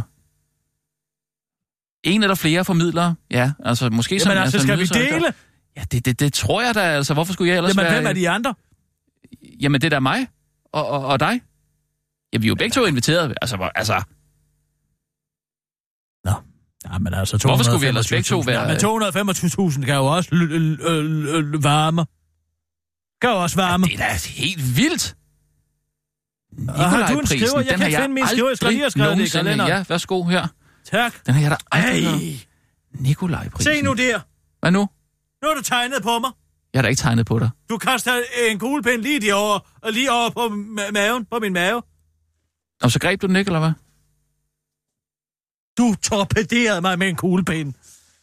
en eller flere formidlere. Ja, altså måske... Jamen altså, skal vi dele? Ja, det, det, det tror jeg da. Altså, hvorfor skulle jeg ellers Jamen, være... hvem er de andre? Jamen, det er da mig. Og, og, og dig. Ja, vi er jo begge to inviteret. Altså, hvor, altså... Nå. Ja, men altså... Hvorfor skulle vi ellers begge to være... Ja, men to hundrede og femogtyve tusind kan jo også varme. Kan jo også varme. Ja, det er da helt vildt. Har du en skriver? Jeg kan finde min skriver. Jeg skal lige have skrevet det i kalenderen. Ja, værsgo her. Tak. Den har jeg da aldrig... Nikolaj-prisen. Se nu der. Hvad nu? Nu har du tegnet på mig. Jeg har da ikke tegnet på dig. Du kaster en kuglepen lige derovre, og lige over på ma- maven, på min mave. Og så greb du den ikke, eller hvad? Du torpederede mig med en kuglepen.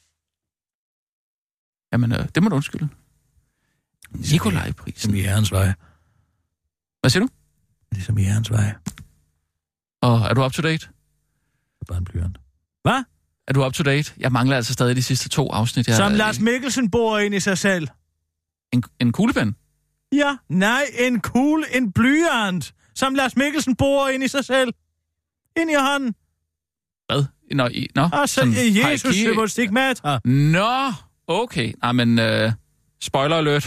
Jamen, øh, det må du undskylde. Nikolaj-prisen. Som i Herrens vej. Hvad siger du? Ligesom i Herrens vej. Og er du up to date? Det er bare en blyant. Hvad? Er du up to date? Jeg mangler altså stadig de sidste to afsnit. Jeg Som er, Lars Mikkelsen bor ind i sig selv. En, en kuglepen? Ja, nej, en kugle, en blyant. Som Lars Mikkelsen bor ind i sig selv. Ind i hånden. Hvad? Nå, i, nå. Altså, Jesus symbolstigmata. Nå, okay. Nej, men uh, spoiler alert.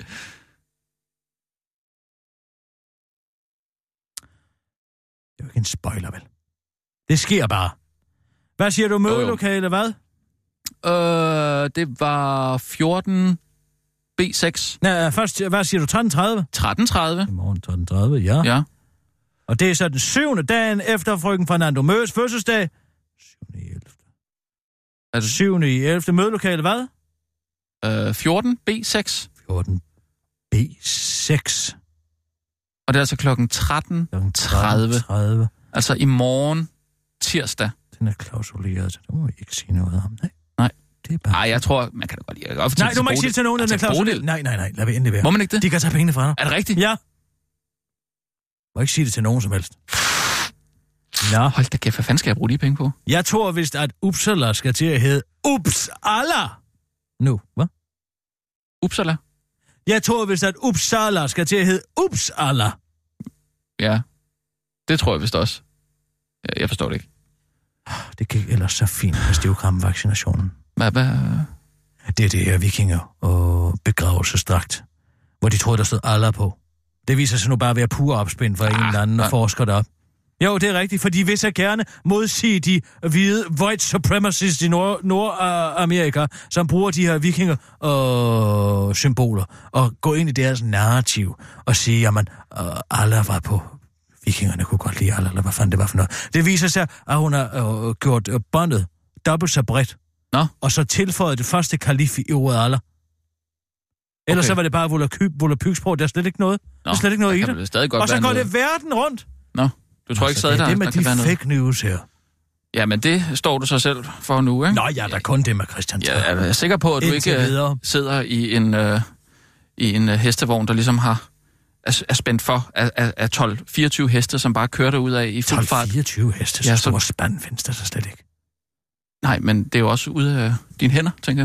Det er jo ikke en spoiler, vel? Det sker bare. Hvad siger du, mødelokale, hvad? Øh, det var fjorten B seks. Nej, først, hvad siger du, tretten tredive? tretten tredive. I morgen tretten tredive, ja. Ja. Og det er så den syvende dagen efter frøken Fernando Møs fødselsdag. syvende i ellevte. Er det syvende i ellevte Mødelokale, hvad? Øh, fjorten B seks. fjorten B seks. Og det er altså klokken tretten tredive. Altså i morgen tirsdag. Den er klausuleret, så det må vi ikke sige noget om. Nej. Nej. Det er bare... Nej, jeg tror, man kan da godt lide. Nej, du må ikke sige til nogen, at den er klausuleret. Nej, nej, nej, lad vi endelig være. Må man ikke det? De kan tage pengene fra dig. Er det rigtigt? Ja. Må ikke sige det til nogen som helst. Nå. Hold da kæft, hvad fanden skal jeg bruge de penge på? Jeg tror vist, at Uppsala skal til at hedde Uppsala. Nu, hvad? Uppsala? Jeg tror vist, at Uppsala skal til at hedde Uppsala. Ja, det tror jeg vist også. Jeg forstår det ikke. Det gik ellers så fint med stivkramvaccinationen. Hvad, hvad? Det er det her vikinger og begravelsesdragt, hvor de troede, der stod Allah på. Det viser sig nu bare at være pur opspind for ah, en eller anden og forsker derop. Jo, det er rigtigt, for de vil så gerne modsige de hvide white supremacists i Nord- Nordamerika, som bruger de her vikinger og symboler, og gå ind i deres narrativ og sige, jamen, uh, Allah var på vikingerne kunne godt lide Allah, eller hvad fanden det var for noget. Det viser sig, at hun har øh, gjort øh, båndet dobbelt så bredt. Nå. Og så tilføjet det første kalif i ordet Allah. Ellers okay. så var det bare volapyksprog. Der er slet ikke noget. Nå, der er slet ikke noget i det. det stadig godt og så går noget. det verden rundt. Nå, du tror Nå, ikke stadig, der, der, det med der de kan være fake noget. news her. Ja, men det står du så selv for nu, ikke? Nå ja, der er kun det med Christian Tørre. Ja, jeg er sikker på, at du Indtil ikke videre. sidder i en, øh, i en øh, hestevogn, der ligesom har er, er spændt for af, af, af tolv fireogtyve heste, som bare kører derud af i fuld fart. tolv fireogtyve heste, så ja, stor spand findes der så slet ikke. Nej, men det er jo også ude af dine hænder, tænker jeg.